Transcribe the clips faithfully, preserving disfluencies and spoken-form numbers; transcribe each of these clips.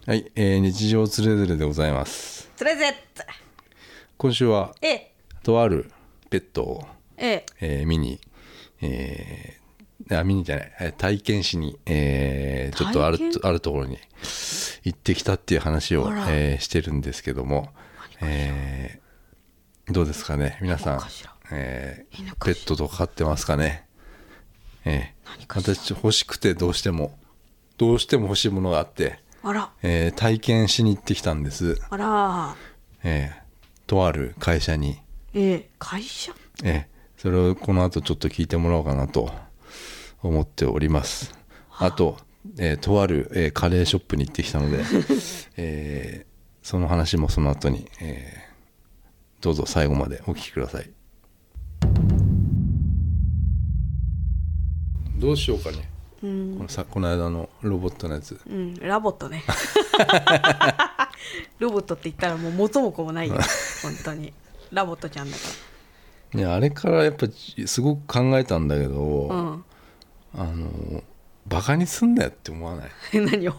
はい、えー、日常つれづれでございます。 つれぜっ今週はえとあるペットを、 ええー、見に、えー、あ見にじゃない体験しに、えー、ちょっとあるあるところに行ってきたっていう話を、えー、してるんですけども、えー、どうですかね皆さん、えー、ペットとか飼ってますかね。えー、私欲しくてどうしてもどうしても欲しいものがあって、 あら、 えー、体験しに行ってきたんです。 あら、 えー、とある会社に、 えー、会社、 えー、それをこの後ちょっと聞いてもらおうかなと思っております。あと、えー、とある、えー、カレーショップに行ってきたので、えー、その話もその後に、えー、どうぞ最後までお聞きください。どうしようかね、うん、このさこの間のロボットのやつ、 うん、ラボットねロボットって言ったらもう元も子もないよ本当にラボットちゃんだから。 いやあれからやっぱすごく考えたんだけど、うん、あのバカにすんなよって思わない？ 何を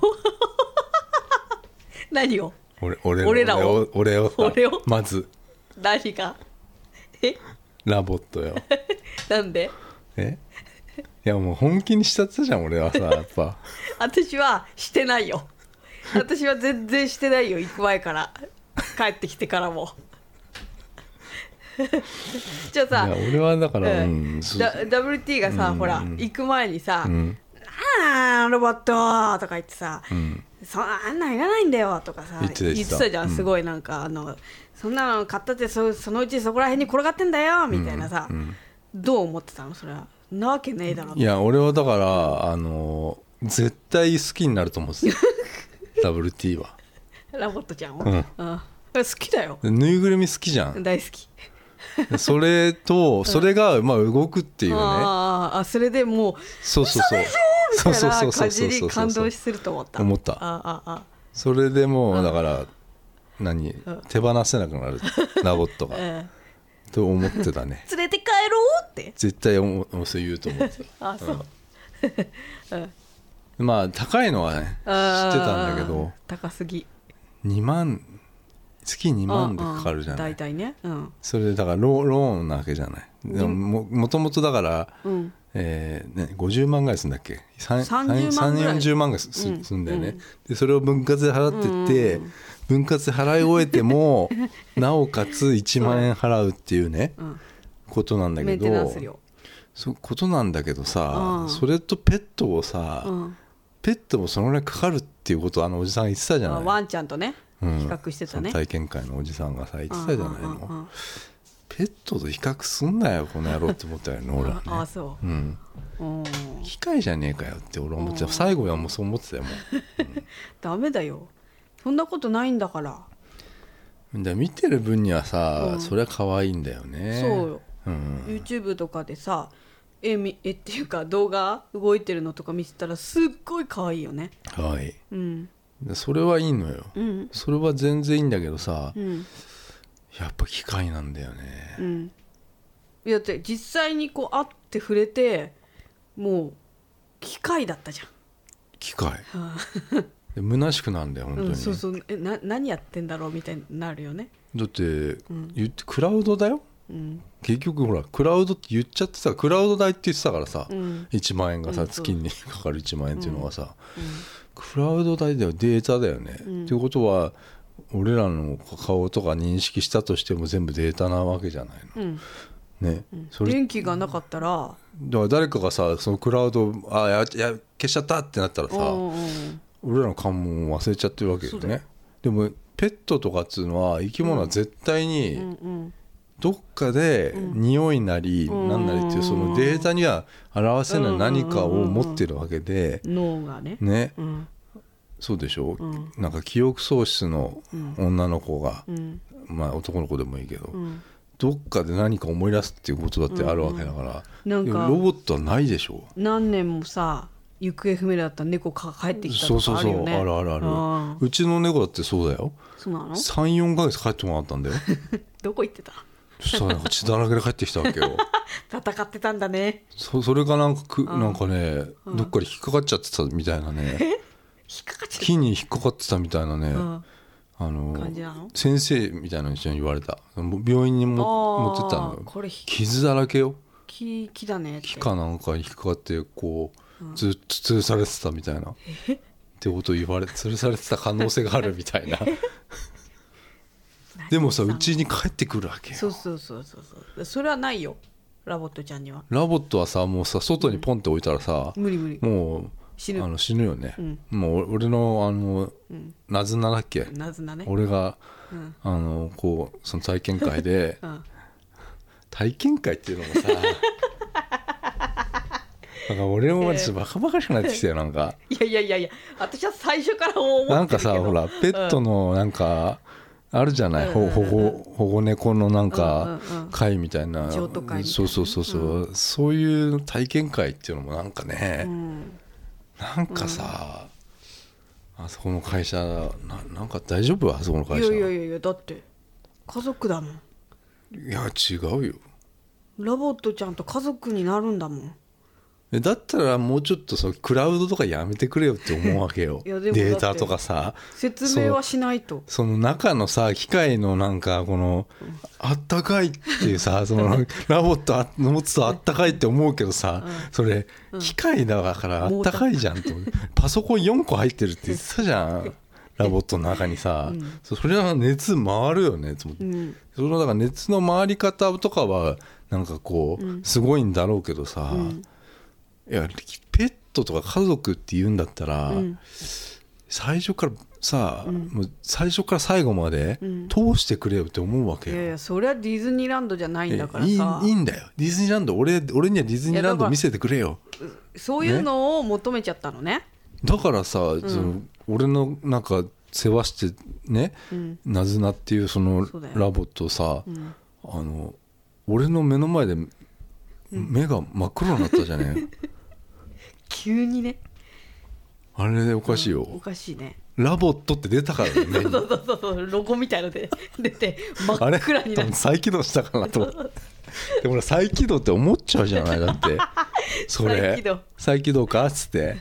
何を俺, 俺, 俺らを俺を俺をまず何がえラボットよなんでえいやもう本気にしちゃってたじゃん俺はさやっぱ私はしてないよ私は全然してないよ。行く前から帰ってきてからもじゃあさ、 いや俺はだから、うんうん、ダブリューティー がさ、うん、ほら行く前にさ、うん、あーロボットとか言ってさ、うん、そあんなんいらないんだよとかさ言ってた、言ってたじゃん、うん、すごいなんかあのそんなの買ったって そ, そのうちそこら辺に転がってんだよみたいなさ、うんうん、どう思ってたのそれは。なわけねえだろ。 いや俺はだからあの絶対好きになると思うんですよダブリューティー はラボットちゃんを、うん、あ好きだよ。 ぬいぐるみ好きじゃん。 大好きそれとそれがまあ動くっていうね、うん、 ああそれでもうそうそうそうみたいな感じに感動すると思った思った。あああそれでもうだから何手放せなくなるラボットが、うんと思ってたね連れて帰ろうって絶対おそう言うと思ってたあそう、うん、まあ高いのはね知ってたんだけど高すぎにまん月にまんでかかるじゃない。 大体ね、うん、それでだから ロ, ローンなわけじゃない。で も, も, もともとだから、うんえーね、ごじゅうまんぐらいするんだっけ。さんじゅう、よんじゅうまんぐらいするんだよね、うん、でそれを分割で払ってって、うん、分割払い終えてもなおかついちまんえん払うっていうね、うん、ことなんだけどメンテナンス料そうことなんだけどさ、うん、それとペットをさ、うん、ペットもそのぐらいかかるっていうことをあのおじさんが言ってたじゃない。 ワンちゃんとね比較してたね、 うん、体験会のおじさんがさ言ってたじゃないの、うんうんうん、ペットと比較すんなよこの野郎って思ったよね俺はね。 ああそう、うん、 機械じゃねえかよって俺は思ってた。最後はもうそう思ってたよもう、うん、 ダメだよそんなことないんだから。 だ見てる分にはさ、うん、そりゃ可愛いんだよね。 そうよ、うん、YouTube とかでさ絵, 絵っていうか動画動いてるのとか見せたらすっごい可愛いよね。 はい、うんそれはいいのよ、うん、それは全然いいんだけどさ、うん、やっぱ機械なんだよね、うん、 だって実際にこう会って触れてもう機械だったじゃん機械虚しくなんだよ本当に、ねうん、 そうそうえな何やってんだろうみたいになるよね。 だって、うん、言ってクラウドだよ、うん、結局ほらクラウドって言っちゃってさクラウド代って言ってたからさ、うん、いちまんえんがさ、うん、月にかかるいちまんえんっていうのがさ、うんうんクラウド代だよデータだよね、うん、っていうことは俺らの顔とか認識したとしても全部データなわけじゃないの、うんねうん、それ電気がなかったらだから誰かがさそのクラウドあやや消しちゃったってなったらさ、うんうん、俺らの顔も忘れちゃってるわけよね。でもペットとかっつうのは生き物は絶対に、うんうんうんどっかで匂いなり何なりっていうそのデータには表せない何かを持ってるわけで脳がねね、うん、そうでしょ、うん、なんか記憶喪失の女の子が、うん、まあ男の子でもいいけど、うん、どっかで何か思い出すっていうことだってあるわけだから、うんうん、なんかロボットはないでしょ。 何年もさ行方不明だった猫が帰ってきたとかあるよね。そうそうそうあるあるあるあうちの猫だってそうだよ。 そうなのさん,よん ヶ月帰ってもらったんだよどこ行ってたそしたらなんか血だらけで帰ってきたわけよ戦ってたんだね。 そ, それがなんかくなんかねどっかで引っかかっちゃってたみたいなねかかっちゃった木に引っかかってたみたいなね、 うん、 あの感じなの先生みたいな人に言われた。病院にも持ってったのよ。これ傷だらけよ。 木, 木だねって木かなんか引っかかってこう、うん、ずっと吊るされてたみたいなってことを言われ吊るされてた可能性があるみたいなでもさうちに帰ってくるわけよ。 そうそうそうそうそう。それはないよラボットちゃんには。 ラボットはさもうさ外にポンって置いたらさ、 うん、無理無理もう死ぬ、あの死ぬよね、うん、もう俺のあの、うん、ナズナだっけ、 ナズナね、 俺が、うん、あのこうその体験会で、うん、体験会っていうのもさなんか俺もちょっとバカバカしくなってきたよなんかいやいやいやいや私は最初から思ってるけどなんかさほらペットのなんか、うん、あるじゃない、うん、保護保護猫のなんか会みたいな、 譲渡会みたいな、 そうそうそうそう、うん、そういう体験会っていうのもなんかね、うん、なんかさ、うん、あそこの会社 な, なんか大丈夫あそこの会社。 いやいやいやだって家族だもん。 いや違うよ。 ラボットちゃんと家族になるんだもん。 だったらもうちょっとそクラウドとかやめてくれよって思うわけよデータとかさ説明はしないと。 その中のさ機械のなんかこのあったかいっていうさそのラボット持つとあったかいって思うけどさ、うん、それ機械だからあったかいじゃんとパソコンよんこ入ってるって言ってたじゃんラボットの中にさ、うん、それは熱回るよねと思って、うん、そのだから熱の回り方とかはなんかこうすごいんだろうけどさ、うんいやペットとか家族って言うんだったら、うん、最初からさ、うん、もう最初から最後まで通してくれよって思うわけよ、 うん、いやいやそれはディズニーランドじゃないんだからさ。 いい、いいんだよディズニーランド 俺, 俺にはディズニーランド見せてくれよ。 そういうのを求めちゃったのね。 だからさ、うん、その俺のなんか世話してね、うん、ナズナっていうそのラボットをさ、うん、あの俺の目の前で目が真っ黒になったじゃねえ急にねあれでおかしいよ、 うん、おかしいね。 ラボットって出たからねそうそうそうそうロゴみたいので出て真っ暗になって再起動したかなと思ってでも再起動って思っちゃうじゃないだってそれ再起動再起動かっつって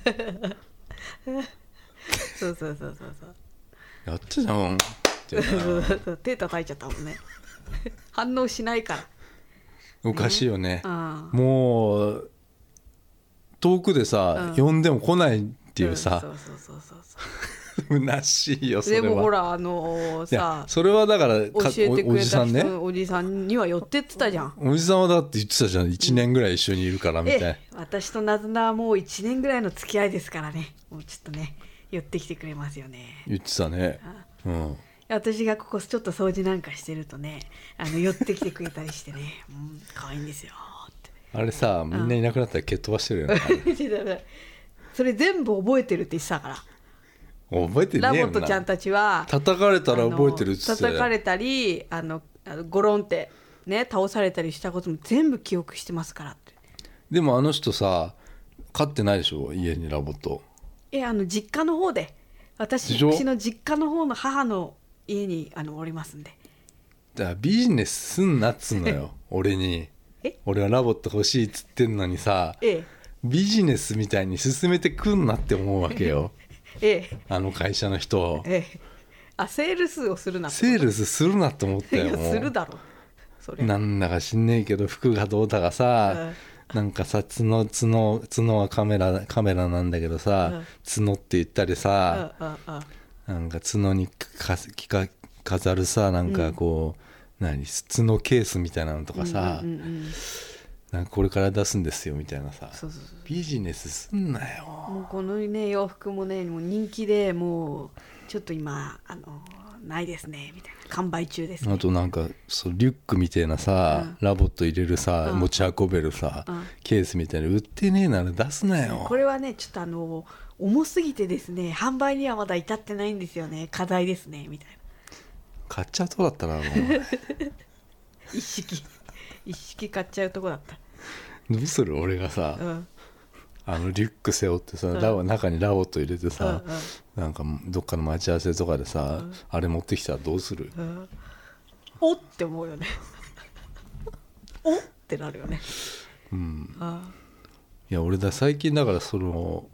そうそうそうそうそうやってたもん手叩いちゃったもんね反応しないからおかしいよね、うん、もう遠くでさ、うん、呼んでも来ないっていうさ、そうそうそうそうそう虚しいよそれは。 でもほらあのー、さそれはだから教えてくれた人 お, おじさんには寄ってってたじゃん。 おじさんはだって言ってたじゃんいちねんぐらい一緒にいるからみたいな、うん、 私とナズナはもういちねんぐらいの付き合いですからねもうちょっとね寄ってきてくれますよね。 言ってたね、うん、 私がここちょっと掃除なんかしてるとねあの寄ってきてくれたりしてね、うん、可愛いんですよってあれさみんないなくなったら蹴っ飛ばしてるよねそれ全部覚えてるって言ってたから覚えてねえよな。 ラボットちゃんたちは叩かれたら覚えてるっつって、 叩かれたりあのあのゴロンってね倒されたりしたことも全部記憶してますからって。 でもあの人さ飼ってないでしょ家にラボット。 えあの実家の方で私私の実家の方の母の家にあのおりますんで。 だからビジネスすんなっつうのよ俺に。俺はラボット欲しいっつってんのにさ、ええ、ビジネスみたいに進めてくんなって思うわけよええ、あの会社の人、ええ、 あセールスをするなセールスするなって思ったよ。 いやするだろそれ。 なんだか知んねえけど服がどうだかさ、うん、なんかさ角角角はカメラカメラなんだけどさ、うん、角って言ったりさ、うんうんうん、なんか角にかか飾るさなんかこう、うん何角ケースみたいなのとかさ、うんうんうん、なんかこれから出すんですよみたいなさ。そうそうそうビジネスすんなよ。 もうこのね洋服もねもう人気でもうちょっと今あのないですねみたいな完売中ですね。 あとなんかそうリュックみたいなさ、うん、ラボット入れるさ、うん、持ち運べるさ、うん、ケースみたいな売ってねえなら出すなよ。 これはねちょっとあの重すぎてですね販売にはまだ至ってないんですよね課題ですねみたいな。 買っちゃうとこだったなもう一式一式買っちゃうとこだった。 どうする俺がさ、うん、あのリュック背負ってさ、うん、ラボ中にラボット入れてさ、うんうん、なんかどっかの待ち合わせとかでさ、うん、あれ持ってきたらどうする、うん、 おって思うよねおってなるよね。 うんああいや俺だ最近だからその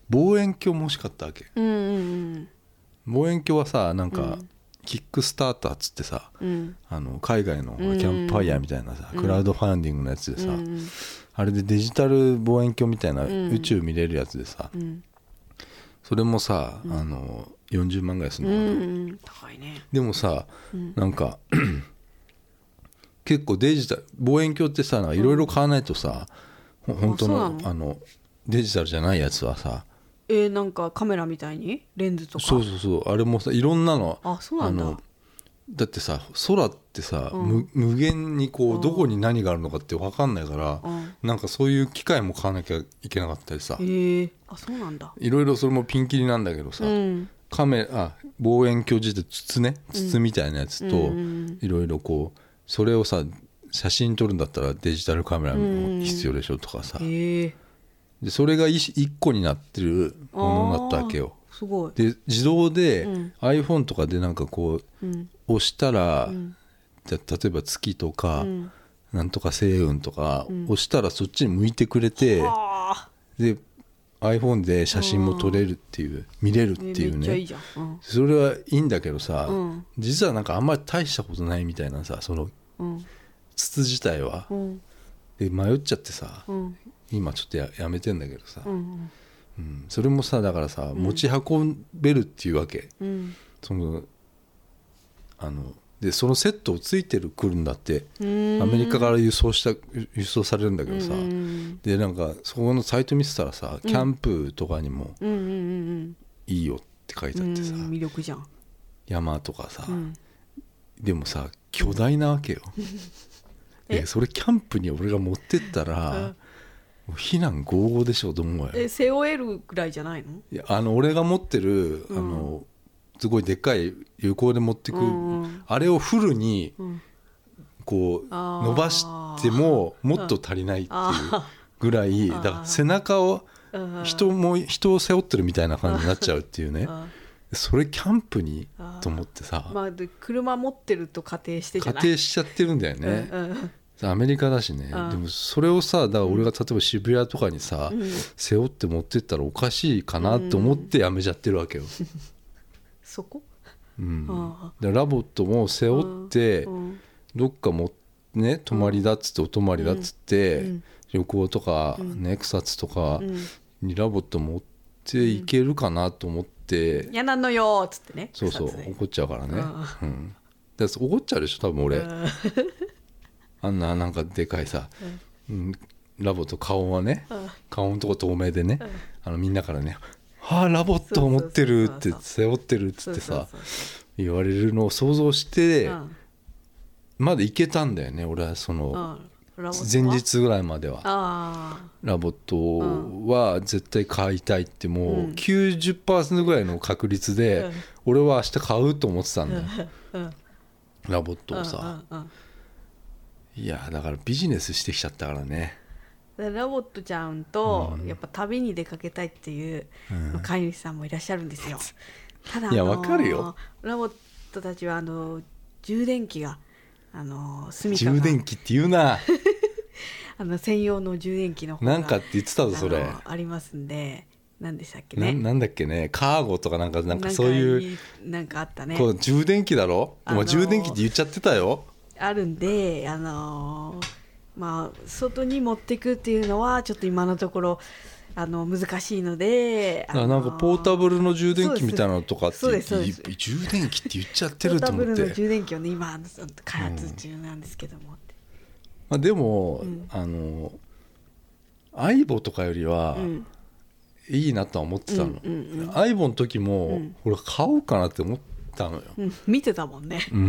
望遠鏡も欲しかったわけ、 うんうんうん、 望遠鏡はさなんか、うん、キックスターターっつってさ、うん、あの海外のキャンプファイヤーみたいなさ、うん、クラウドファンディングのやつでさ、うん、あれでデジタル望遠鏡みたいな宇宙見れるやつでさ、うん、それもさ、うん、あのよんじゅうまんぐらいするのかな、うんうん、高いね。でもさ、うん、なんか結構デジタル望遠鏡ってさいろいろ買わないとさ、うん、本当 の, あのデジタルじゃないやつはさえー、なんかカメラみたいにレンズとかそうそうそうあれもさいろんなのあそうなんだあのだってさ空ってさ、うん、無, 無限にこうどこに何があるのかって分かんないから、うん、なんかそういう機械も買わなきゃいけなかったりさ、 えー、あそうなんだいろいろそれもピンキリなんだけどさ、うん、カメあ望遠鏡自体筒ね筒みたいなやつといろいろこうそれをさ写真撮るんだったらデジタルカメラも必要でしょとかさ、うんえー、でそれがいっこになってるものだったわけよ。 すごいで自動で、うん、iPhone とかでなんかこう、うん、押したら、うん、じゃ例えば月とか、うん、なんとか星雲とか、うん、押したらそっちに向いてくれて、で iPhone で写真も撮れるっていう見れるっていうね、 めっちゃいいじゃん、うん、 それはいいんだけどさ、うん、実はなんかあんまり大したことないみたいなさその、うん、筒自体は、うん、で迷っちゃってさ、うん、今ちょっと や, やめてんだけどさ、うんうん、それもさだからさ、うん、持ち運べるっていうわけ、うん、そのあのでそのセットをついてるくるんだってアメリカから輸送した輸送されるんだけどさでなんかそこのサイト見てたらさキャンプとかにもいいよって書いてあってさ、 うん、魅力じゃん山とかさ、うん、でもさ巨大なわけよでそれキャンプに俺が持ってったら避難合々でしょと思うよ。 え背負えるぐらいじゃないの？ いやあの俺が持ってる、うん、あのすごいでっかい旅行で持ってく、うん、あれをフルにこう伸ばしてももっと足りないっていうぐらいだから背中を人も人を背負ってるみたいな感じになっちゃうっていうねそれキャンプにと思ってさ、 まあ、で車持ってると仮定してじゃない？ 仮定しちゃってるんだよね、うんうんアメリカだしね、うん、でもそれをさだから俺が例えば渋谷とかにさ、うん、背負って持ってったらおかしいかなと思ってやめちゃってるわけよ、うん、 そこ、 うん、でラボットも背負って、うん、どっかもね泊まりだっつってお泊まりだっつって、うん、旅行とか、ね、草津とかにラボット持っていけるかなと思って、 嫌なのよっつってねそうそう怒っちゃうからね、うん、で怒っちゃうでしょ多分俺あんななんかでかいさ、うん、ラボと顔はね、うん、顔のとこ透明でね、うん、あのみんなからねはあラボットを持ってるって背負ってるっつってさ言われるのを想像して、うん、まだいけたんだよね俺はその、うん、前日ぐらいまではラボットは絶対買いたいってもう きゅうじゅっパーセント ぐらいの確率で、うん、俺は明日買うと思ってたんだよ、うん、ラボットをさ、うんうんうんいやだからビジネスしてきちゃったからねラボットちゃんとやっぱ旅に出かけたいっていう飼い主さんもいらっしゃるんですよ、うん、ただ、あのー、 いや分かるよラボットたちはあの充電器があの住充電器って言うなあの専用の充電器の方がなんかって言ってたぞそれあ, ありますんで何でしたっけねな, なんだっけねカーゴとかなんかなんかそういうなんかあったねこう充電器だろ、あのー、もう充電器って言っちゃってたよあるんで、あのー、まあ外に持っていくっていうのはちょっと今のところあの難しいので、あのー、 なんかポータブルの充電器みたいなのとかって言って充電器って言っちゃってると思ってポータブルの充電器をね今開発中なんですけども、うんまあ、でも、うん、あのアイボとかよりは、うん、いいなとは思ってたの、うんうんうん、アイボの時も、うん、俺買おうかなって思ってたのよ、 うん、見てたもんね、うん、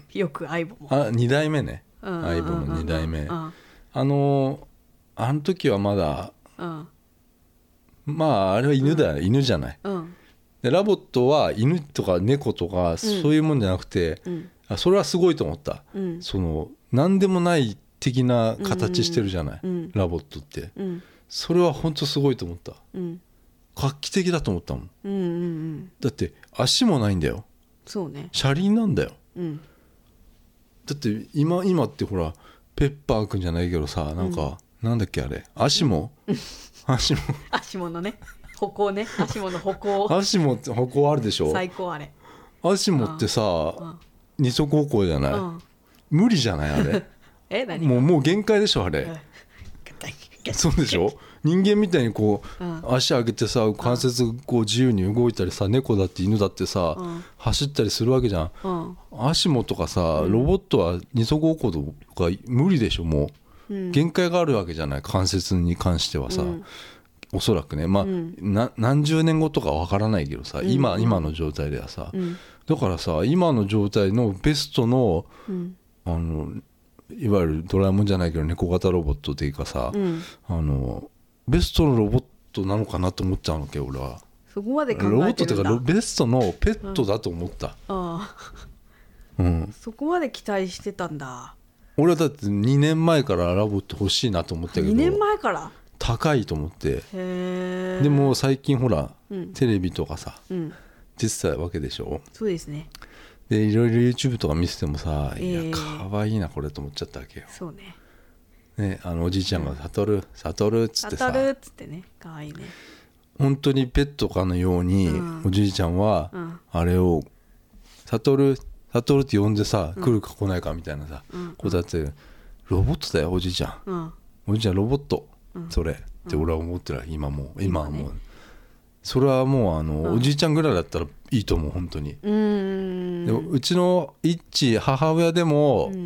よく相棒もあにだいめね、うん、相棒のにだいめ、うん、あのあの時はまだ、うん、まああれは犬だよ、うん、犬じゃない、うん、でラボットは犬とか猫とかそういうもんじゃなくて、うん、あそれはすごいと思った、うん、その何でもない的な形してるじゃない、うん、ラボットって、うん、それは本当すごいと思った、うん、画期的だと思ったもん、うんうんうん、だって足もないんだよそうね、 車輪なんだよ、うん、だって今今ってほらペッパーくんじゃないけどさなんか、うん、なんだっけあれ足も足も足ものね歩行ね、アシモの歩行。 アシモって歩行あるでしょ。 最高あれ。 アシモってさ、うん、二足歩行じゃない、うん、無理じゃないあれ。 え何もうもう限界でしょあれ。そうでしょ。人間みたいにこう、うん、足上げてさ関節こう自由に動いたりさ、猫だって犬だってさ、うん、走ったりするわけじゃん、うん、足もとかさ、ロボットは二足歩行とか無理でしょ。もう、うん、限界があるわけじゃない、関節に関してはさ、うん、おそらくね、まあ、うん、な何十年後とかわからないけどさ、うん、今今の状態ではさ、うん、だからさ今の状態のベストの、うん、あのいわゆるドラえもんじゃないけど猫型ロボットっていうかさ、うん、あのベストのロボットなのかなと思っちゃうわけ俺は。 そこまで考えてるんだ。 ロボットっていうかベストのペットだと思った、うん、ああ、うん、そこまで期待してたんだ。 俺はだってにねんまえからロボット欲しいなと思ったけど、 にねんまえから高いと思って。へでも最近ほら、うん、テレビとかさ、うん、出てたわけでしょ。 そうですね。 でいろいろ YouTube とか見せてもさ、えー、いやかわいいなこれと思っちゃったわけよ。 そうね。 ね、あのおじいちゃんが「悟る悟る」っつってさ、 悟るっつってね、かわいいね。 本当にペットかのように、うん、おじいちゃんは、うん、あれを「悟る悟る」って呼んでさ、うん、来るか来ないかみたいなさ、うん、こうだってロボットだよおじいちゃん、うん、おじいちゃんロボット、うん、それって俺は思ってる。今もう今はもう、ね、それはもうあの、うん、おじいちゃんぐらいだったらいいと思う本当に。うーん、でもうちの一母親でも、うん、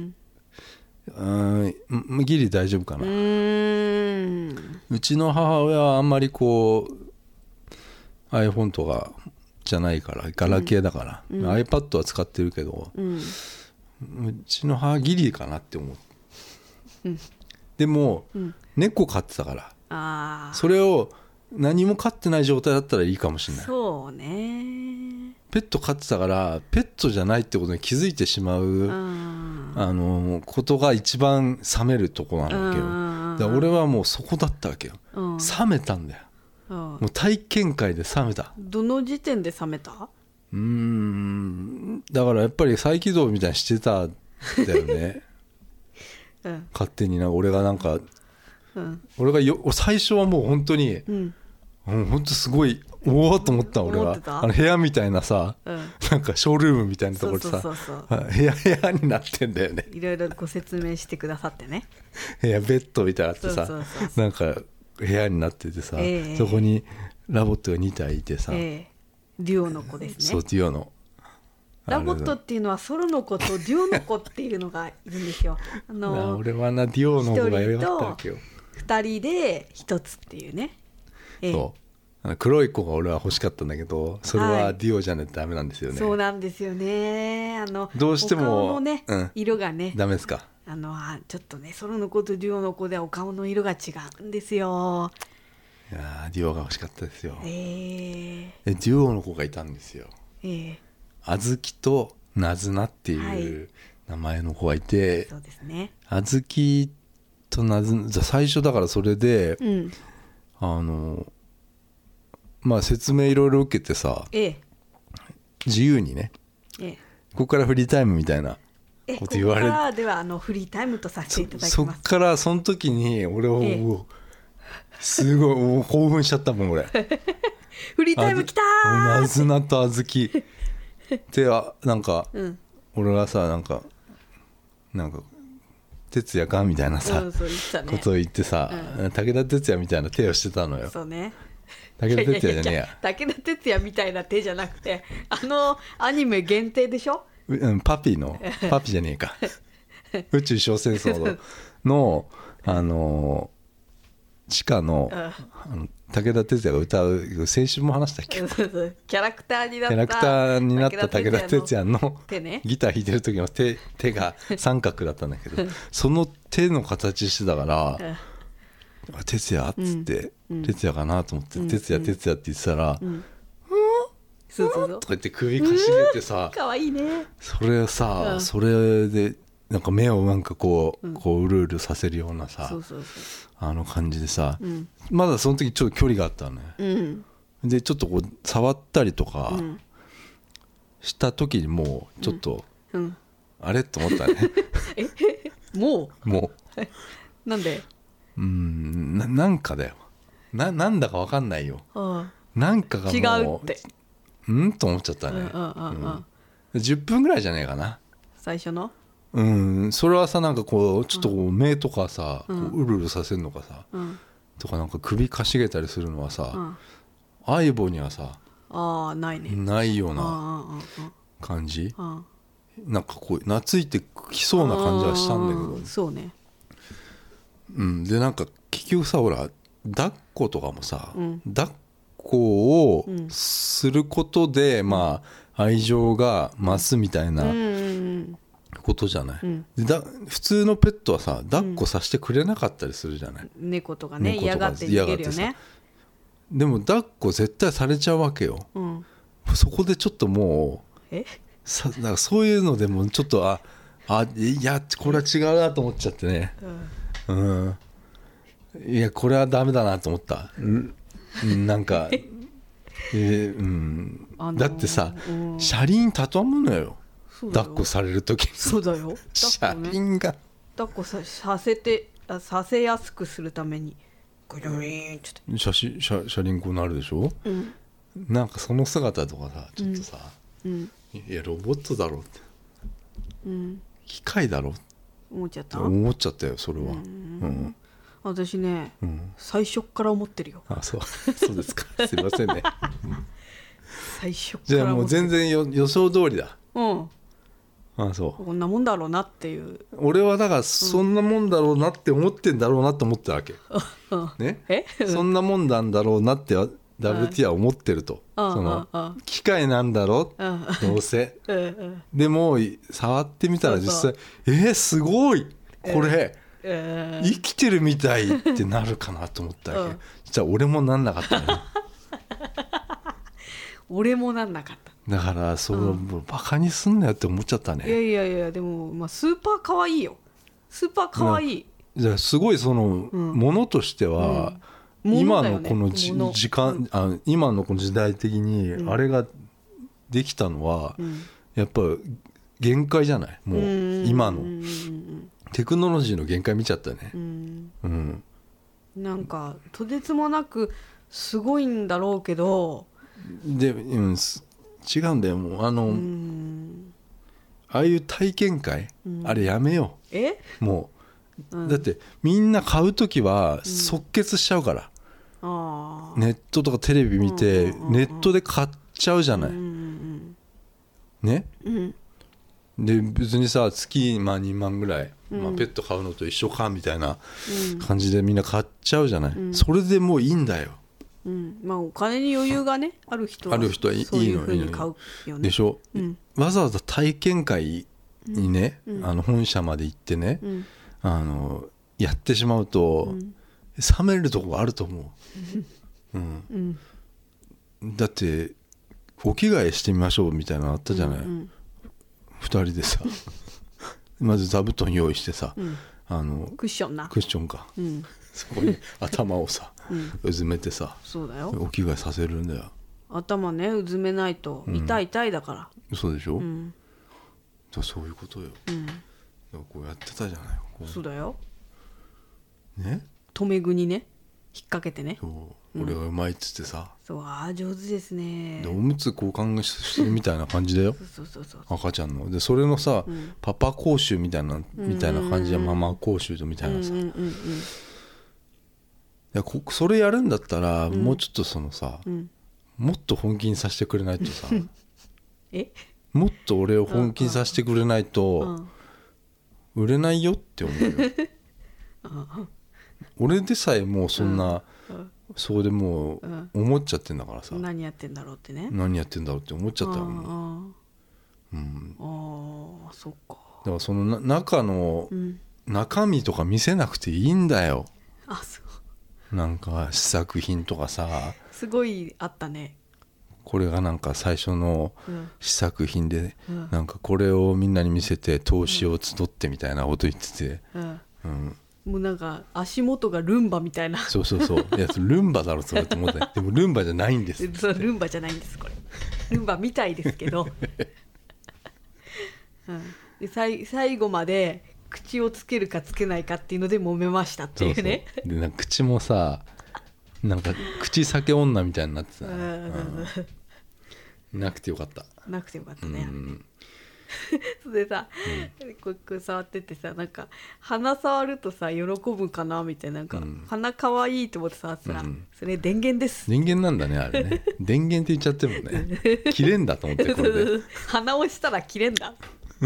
うんギリ大丈夫かな。うーん、うちの母親はあんまりこう iPhone とかじゃないからガラケーだから、うん、iPad は使ってるけど、うん、うちの母ギリかなって思う、うん、でも、うん、猫飼ってたから、あそれを何も飼ってない状態だったらいいかもしれない。 そうね。ペット飼ってたからペットじゃないってことに気づいてしまうあのことが一番冷めるとこなわけよ。だから俺はもうそこだったわけよ。冷めたんだよ。もう体験会で冷めた。 どの時点で冷めた？うーんだからやっぱり再起動みたいにしてたんだよね、うん、勝手にな俺がなんか、うん、俺がよ最初はもう本当に、うんうん、本当すごいおおと思った俺は。あの部屋みたいなさ、うん、なんかショールームみたいなところでさ、そうそうそうそう部屋部屋になってんだよね。 いろいろご説明してくださってね。 部屋ベッドみたいなのあってさ、そうそうそうそうなんか部屋になっててさ、えー、そこにラボットがにたいいてさ、えー、 デュオの子ですね。 そうデュオのラボットっていうのはソロの子とデュオの子っていうのがいるんですよ。あの俺はなデュオの子がよかったわけよ。 ふたりでひとつっていうね、 えー、そう黒い子が俺は欲しかったんだけどそれはデュオじゃないとダメなんですよね、 はい、そうなんですよね。あのどうしてもお顔のね、うん、色がねダメですか。 あのあちょっとねソロの子とデュオの子ではお顔の色が違うんですよ。 いやデュオが欲しかったですよ、えー、 デュオの子がいたんですよ、 えー、 あずきとなずなっていう名前の子がいて、 はい、そうですね。 あずきとなず最初だからそれで、うん、あのまあ説明いろいろ受けてさ、ええ、自由にね、ええ、ここからフリータイムみたいなこと言われて、ここからではあのフリータイムとさせていただきます。 そ, そっからその時に俺を、ええ、すごい興奮しちゃったもん俺フリータイム来たーなずなとあずきでなんか、うん、俺がさなんかなんか哲也かみたいなさ、うんそう言ったね、ことを言ってさ、うん、武田鉄矢みたいな手をしてたのよ。 そうね。 武田鉄矢じゃねえや。 武田鉄矢みたいな手じゃなくてあのアニメ限定でしょ、 うん、パピのパピじゃねえか宇宙小戦争 の, のあの地下の、うん、あの武田鉄矢が歌う先週も話したっけキャラクターになったキャラクターになった武田鉄矢の手、ね、ギター弾いてる時の 手, 手が三角だったんだけどその手の形してたから哲也っつって、うん、哲也かなと思って、うん、哲也哲也って言ってたら、うんうん、 そうそうそうとか言って首かしげてさ、 かわいいね。 それさ、うん、それでなんか目をなんかこう、うん、こううるうるさせるようなさ、 そうそうそうあの感じでさ、うん、まだその時ちょっと距離があったのね、うん、でちょっとこう触ったりとかした時にもうちょっと、うんうん、あれと思ったねえもうもうなんでうん な, なんかだよ な, なんだか分かんないよ。あなんかがもう違うってうんと思っちゃったね、 うんうんうんうん、じゅっぷんぐらいじゃねえかな最初の。 うんそれはさなんかこうちょっとこう目とかさ、 うん、 こううるうるさせるのかさ、うん、とかなんか首かしげたりするのはさ、うん、相棒にはさあないねないような感じ、うん、なんかこう懐いてきそうな感じはしたんだけどそうね、 うん、でなんか結局さほら抱っことかもさ、うん、抱っこをすることで、うん、まあ愛情が増すみたいなことじゃない、うん、でだ普通のペットはさ抱っこさせてくれなかったりするじゃない、 うん、猫とかね嫌がって逃げるよね。 でも抱っこ絶対されちゃうわけよ、うん、そこでちょっともうえさなんかそういうのでもちょっとああいやこれは違うなと思っちゃってね、うん、うんいやこれはダメだなと思った、うん、なんか、えーうんあのー、だってさ、うん、車輪畳むのよ抱っこされるときそうだよ車輪が抱っこ さ, させてさせやすくするためにグリーンちょっと 車, 車, 車輪こうなるでしょ、うん、なんかその姿とかさちょっとさ、うん、いやロボットだろうって、うん、機械だろう思っちゃった思っちゃったよそれは、うん、 うん私ね、うん、最初から思ってるよ。 あそうそうですかすいませんね最初からじゃあもう全然よ予想通りだ。 うんあそうこんなもんだろうなっていう。 俺はだからそんなもんだろうなって思ってんだろうなって思ったわけ、うん、ねえそんなもんなんだろうなって ダブリューティー は思ってると、うん、その機械なんだろう、うん、どうせ、うん、でも触ってみたら実際そうそうえー、すごいこれ、えー、生きてるみたいってなるかなと思ったわけ、うん、じゃあ俺もなんなかったね俺もなんなかっただからそう、うん、バカにすんなよって思っちゃったね。 いやいやいやでも、まあ、スーパーかわいいよスーパーかわいい。 じゃあすごいその、うん、ものとしては、うん、今のこのじ、ね、時間、うん、あ今のこの時代的にあれができたのは、うん、やっぱ限界じゃないもう今のテクノロジーの限界見ちゃったね、うんうん、 なんかとてつもなくすごいんだろうけどで、うん、違うんだよもうあのうんああいう体験会、うん、あれやめようえもう、うん、だってみんな買うときは即決しちゃうから、うん、ネットとかテレビ見て、うん、ネットで買っちゃうじゃない、うん、ね、うんで別にさ月、まあ、にまんぐらい、うんまあ、ペット飼うのと一緒かみたいな感じでみんな買っちゃうじゃない、うん、それでもういいんだよ、 うんまあ、お金に余裕がねある人はある人はいいのに買うよ、ね、でしょ、うん、わざわざ体験会にね、うん、あの本社まで行ってね、うん、あのやってしまうと、うん、冷めるとこがあると思う、うんうん、だってお着替えしてみましょうみたいなのあったじゃない、うんうんふたりでさまず座布団用意してさ、うん、あのクッションなクッションか、うん、そこに頭をさ、うん、うずめてさそうだよお着替えさせるんだよ頭ねうずめないと痛い痛いだから、 うん、そうでしょ、うん、そういうことよ、うん、こうやってたじゃないこうそうだよね留め具にね引っ掛けてねそう俺がうまいっつってさ、うん、 そうああ上手ですねでおむつ交換してるみたいな感じだよそうそうそう赤ちゃんのでそれのさ、うん、パパ講習みたいなみたいな感じでママ講習みたいなさ、うんうんうんうん、いやこそれやるんだったら、うん、もうちょっとそのさ、うん、もっと本気にさせてくれないとさえもっと俺を本気にさせてくれないと売れないよって思うよ俺でさえもうそんな、うんうん、そうでもう思っちゃってんだからさ、 うん、何やってんだろうってね何やってんだろうって思っちゃったよ、うん、 ああそっかだからそのな中の、うん、中身とか見せなくていいんだよあそうなんか試作品とかさすごいあったねこれがなんか最初の試作品で、うん、なんかこれをみんなに見せて投資を集ってみたいなこと言ってて、うんうんもうなんか足元がルンバみたいなそうそうそういやルンバだろそれって思ったでもルンバじゃないんですそうルンバじゃないんですこれルンバみたいですけど、うん、でさい最後まで口をつけるかつけないかっていうので揉めましたっていうねそうそうでなんか口もさなんか口裂け女みたいになってた、うん、なくてよかった。 なくてよかったね、うん、それでさ、うん、こうこう触っててさ、なんか鼻触るとさ喜ぶかなみたいな、なんか、うん、鼻かわいいと思って触ってたら、うん、それ電源です。 電源なんだねあれね電源って言っちゃってもね切れんだと思ってこれで鼻をしたら切れんだ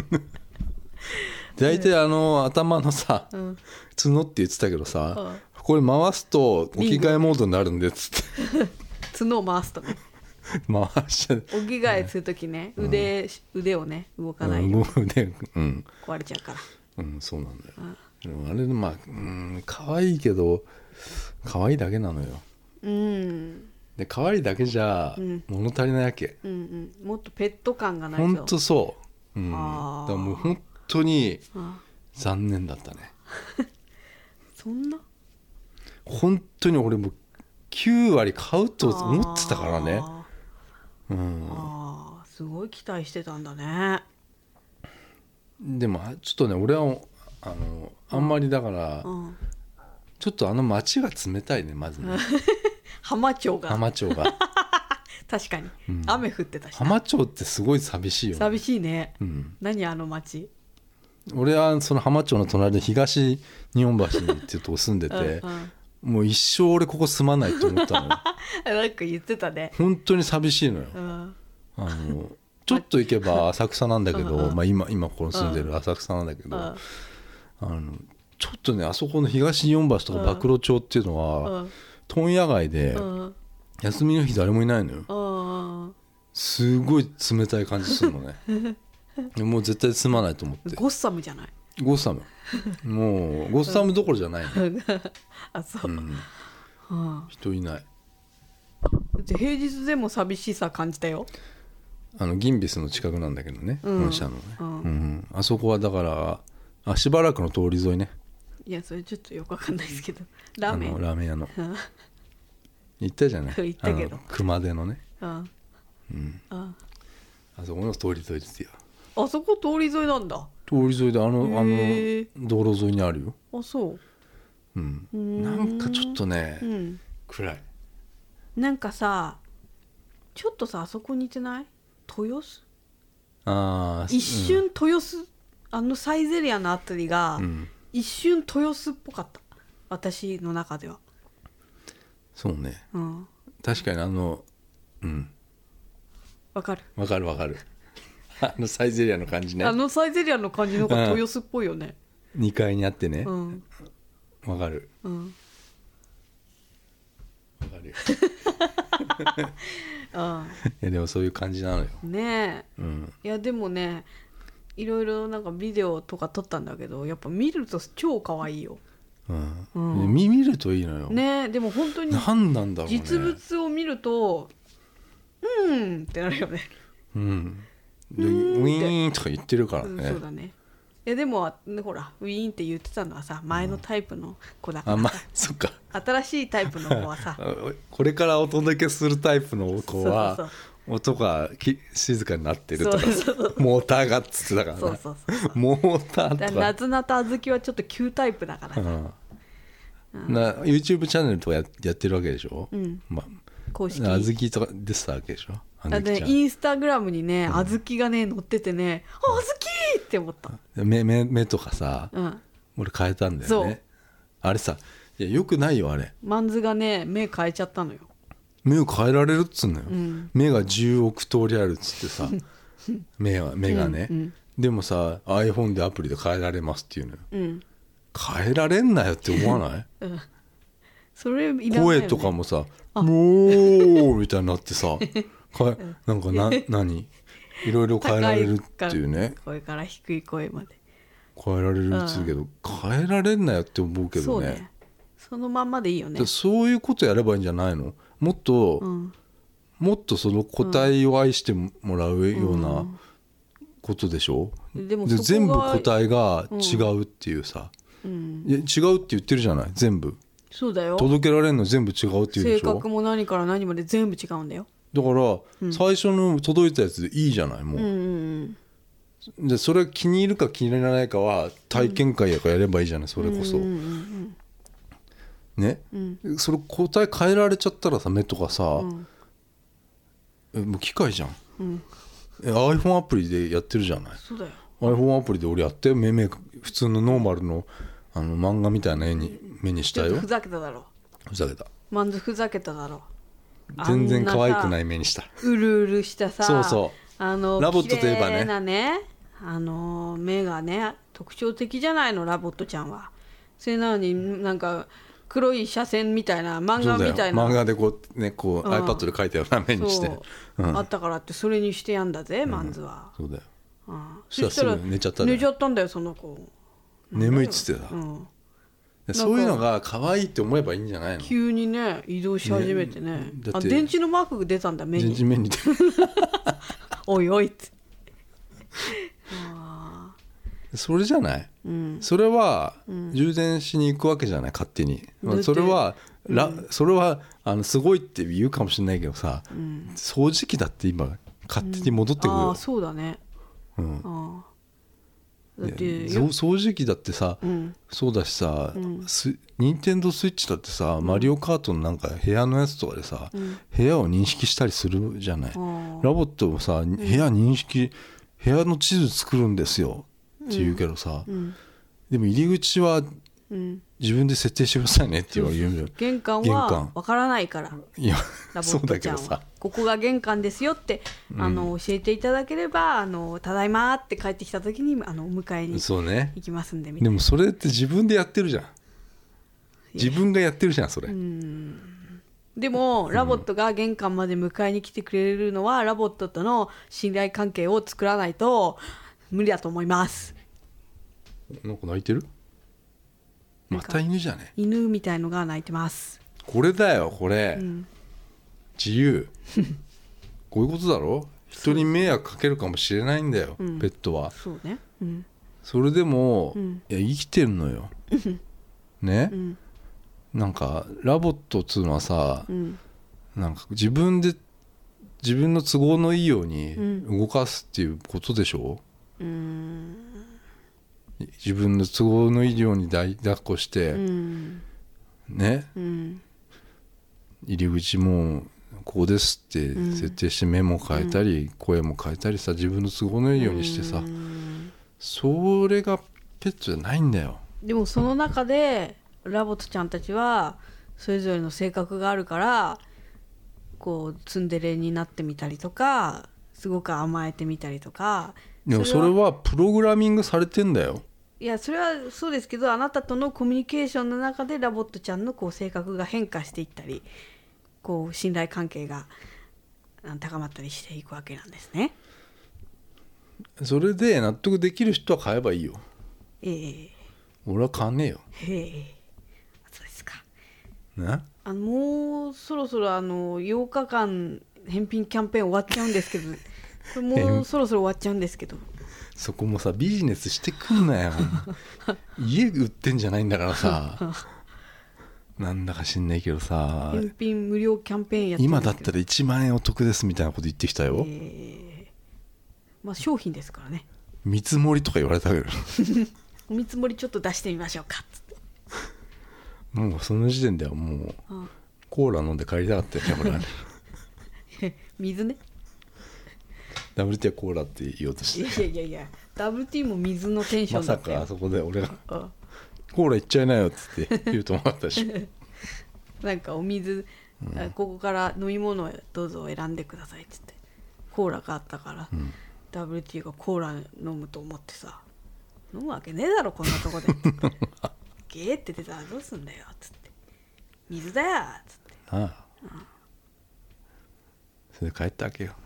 大体あの頭のさ、うん、角って言ってたけどさ、うん、これ回すと置き換えモードになるんでっつって角を回すとね回しちゃう。 置き換えするときね、うん、腕, 腕をね動かないように、うん、腕、うん、壊れちゃうから。 うんそうなんだよ、うん、でもあれまあうん可愛いけど可愛いだけなのよ。うんで可愛いだけじゃ物足りないわけ、 うんうんうん、もっとペット感がないと。 ほんとそう、うん、だからもう本当に残念だったねそんな本当に俺もきゅうわり買うと思ってたからね。うん、 あすごい期待してたんだね。 でもちょっとね俺はあのあんまりだから、うん、ちょっとあの街が冷たいねまずね浜町が浜町が確かに、うん、雨降ってたし浜町ってすごい寂しいよね。 寂しいね、うん、何あの街。 俺はその浜町の隣で東日本橋っていうとこ住んでてうん、うん、もう一生俺ここ住まないと思ったのよなんか言ってたね。 本当に寂しいのよ、うん、あのちょっと行けば浅草なんだけど、まあ、今, 今この住んでる浅草なんだけど、あのちょっとねあそこの東日本橋とか馬喰町っていうのは問屋街で休みの日誰もいないのよ。すごい冷たい感じするのねもう絶対住まないと思って。 ゴッサムじゃない。 ゴッサムもうゴッサムどころじゃないのあそう、うんはあ、人いない。 平日でも寂しさ感じたよ。 あのギンビスの近くなんだけどね、うん、本社のね、うんうん、あそこはだからあしばらくの通り沿いね。 いやそれちょっとよくわかんないですけどラーメンあのラーメン屋の行ったじゃない行ったけど熊手のねあ、うん、 あ, あそこの通り沿いですよ。 あそこ通り沿いなんだ。 通り沿いであの、あの道路沿いにあるよ。 あそう、 うん、うんなんかちょっとね、うん、暗い。 なんかさちょっとさあそこ似てない？豊洲。 あ一瞬豊洲、うん、あのサイゼリアのあたりが、うん、一瞬豊洲っぽかった私の中では。 そうね、うん、確かにあのうんわかるわかるわかるあのサイゼリアの感じね。 あのサイゼリアの感じの方が豊洲っぽいよね。 にかいにあってねわ、うん、かるわ、うん、かるよああいやでもそういう感じなのよねえ、うん、いやでもねいろいろなんかビデオとか撮ったんだけどやっぱ見ると超可愛いよ、 うんうん、見, 見るといいのよねえ。でも本当に何なんだろうね実物を見るとうーんってなるよね。 うんウィーンとか言ってるからね、うん、 そうだね。いやでも、ね、ほらウィーンって言ってたのはさ前のタイプの子だからさ、うん、あ、まあ、 そっか新しいタイプの子はさこれからお届けするタイプの子はそうそうそう音がき静かになってるとかそうそうそうモーターがっつってたからね。そうそうそうそうモーターとかなずなとあずきはちょっと旧タイプだからさ、うんうん、な YouTube チャンネルとか や, やってるわけでしょ、うんまあ、 公式あずきとか出てたわけでしょ。 あのね、インスタグラムにね、あずきがね載っててね、あずきって思った。 目, 目, 目とかさ、うん、俺変えたんだよね。あれさいやよくないよあれ。 マンズがね目変えちゃったのよ。 目を変えられるっつうのよ、うん、目がじゅうおく通りあるっつってさ目は目がね、うんうん、でもさ iPhone でアプリで変えられますっていうのよ、うん、変えられんなよって思わない、うん、 それいらないよね。 声とかもさもうみたいになってさかなんかな何いろいろ変えられるっていうね。 声から低い声まで変えられるっつうけど、うん、変えられんなよって思うけどね。そうね、 そのまんまでいいよね。 そういうことやればいいんじゃないの。もっと、うん、もっとその個体を愛してもらうようなことでしょ、うん、でもで全部個体が違うっていうさ、うん、いや違うって言ってるじゃない。全部そうだよ。 届けられるの全部違うっていうでしょ。 性格も何から何まで全部違うんだよ。 だから、うん、最初の届いたやつでいいじゃないもう、うんうんうん、でそれが気に入るか気に入らないかは体験会やからやればいいじゃない。それこそ、うんうんうんうん、 ね、うん、それ答え変えられちゃったらさ目とかさ、うん、えもう機械じゃん、うん、え iPhone アプリでやってるじゃない。 そうだよ iPhone アプリで俺やって目目普通のノーマルの、あの漫画みたいな絵に目にしたよ。 ふざけただろ。 ふざけたまんずふざけただろ。 全然可愛くない目にした。 うるうるしたさそうそうあのラボットといえばね、 綺麗なねあの目がね特徴的じゃないのラボットちゃんは。それなのになんか黒い斜線みたいな漫画みたいな漫画でこうねこう、うん、iPad で描いたような目にして、 うん、あったからってそれにしてやんだぜ、うん、マンズは。 そうだよ、 うん、 そしたら寝ちゃったね。 寝ちゃったんだよその子。 眠いっつってた、うん、そういうのが可愛いって思えばいいんじゃないの。 急にね移動し始めて ね, ねあ電池のマークが出たんだ目に。 電池目に出おいおいってそれじゃない、うん、それは充電しに行くわけじゃない勝手に、うん、それは、うん、それはあのすごいって言うかもしれないけどさ、うん、掃除機だって今勝手に戻ってくるよ、うん、 あそうだね、うん、あだって掃除機だってさ、うん、そうだしさ、うん、任天堂スイッチだってさ、うん、マリオカートのなんか部屋のやつとかでさ、うん、部屋を認識したりするじゃない、うん、ラボットもさ、うん、部屋認識部屋の地図作るんですよって言うけどさ、うん、でも入り口は自分で設定してくださいねって言われるよ。 玄関は分からないから。 いやそうだけどさここが玄関ですよって、うん、あの教えていただければあのただいまって帰ってきた時にあのお迎えに行きますんで、 ね、でもそれって自分でやってるじゃん。自分がやってるじゃんそれ。 うんでもラボットが玄関まで迎えに来てくれるのは、うん、ラボットとの信頼関係を作らないと無理だと思います。 なんか泣いてる？また犬じゃね？ 犬みたいのが泣いてます。 これだよこれ、うん、自由こういうことだろ。人に迷惑かけるかもしれないんだよ、うん、ペットは。 そうね、うん、 それでも、うん、いや生きてるのよね、うん、なんかラボットっつうのはさ、うん、なんか自分で自分の都合のいいように動かすっていうことでしょ、うん、自分の都合のいいように抱っこして、うん、ね、うん、入り口もここですって設定して目も変えたり、うん、声も変えたりさ自分の都合のいいようにしてさ、うん、それがペットじゃないんだよ。 でもその中でラボットちゃんたちはそれぞれの性格があるからこうツンデレになってみたりとかすごく甘えてみたりとか。 でもそれはプログラミングされてんだよ。 いやそれはそうですけどあなたとのコミュニケーションの中でラボットちゃんのこう性格が変化していったりこう信頼関係が高まったりしていくわけなんですね。 それで納得できる人は買えばいいよ。 ええ俺は買わねえよ。 ええそうですか。 ね、 あのもうそろそろあのようかかん返品キャンペーン終わっちゃうんですけどこれもうそろそろ終わっちゃうんですけどそこもさビジネスしてくんなよ家売ってんじゃないんだからさなんだか知んないけどさ返品無料キャンペーンやってるんですけど今だったらいちまんえんお得ですみたいなこと言ってきたよ、 えーまあ、商品ですからね。 見積もりとか言われたけどお見積もりちょっと出してみましょうかっつってもうその時点ではもうコーラ飲んで帰りたかったよね俺はね水ねダブリューティー はコーラって言おうとして。 いやいやいや ダブリューティー も水のテンションだったよ。 まさかあそこで俺がコーラいっちゃいなよって言うと思ったしなんかお水、うん、ここから飲み物をどうぞ選んでくださいって言ってコーラがあったから、うん、ダブリューティー がコーラ飲むと思ってさ飲むわけねえだろこんなとこでゲーって出たらどうすんだよっつって水だよっつってああ、うん、 それで帰ったわけよ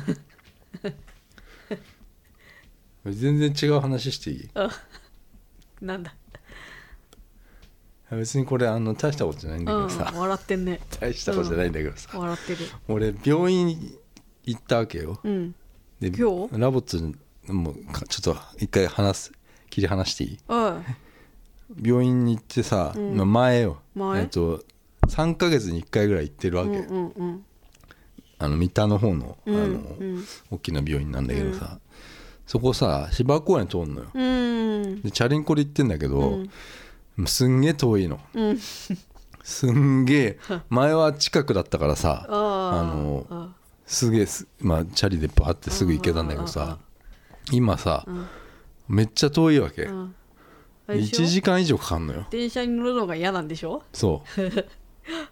全然違う話していい？ なんだ別にこれあの大したことじゃないんだけどさ、 うん、笑ってんね。 大したことじゃないんだけどさ、 うん、笑ってる。 俺病院行ったわけよ、うん、で今日ラボッツもちょっと一回話す切り離していい？うん、病院に行ってさ、うん、前よ前、えっと、さんかげつにいっかいぐらい行ってるわけ、うんうんうん、あの三田の方の、あの、うんうん、大きな病院なんだけどさ、うん、そこさ芝公園通んのよ、うん、でチャリンコで行ってんだけど、うん、すんげえ遠いの、うん、すすんげえ前は近くだったからさあのすげえ、まあ、チャリでバーってすぐ行けたんだけどさ今さ、うん、めっちゃ遠いわけ、うん、いちじかん以上かかんのよ。 電車に乗るのが嫌なんでしょ。 そう、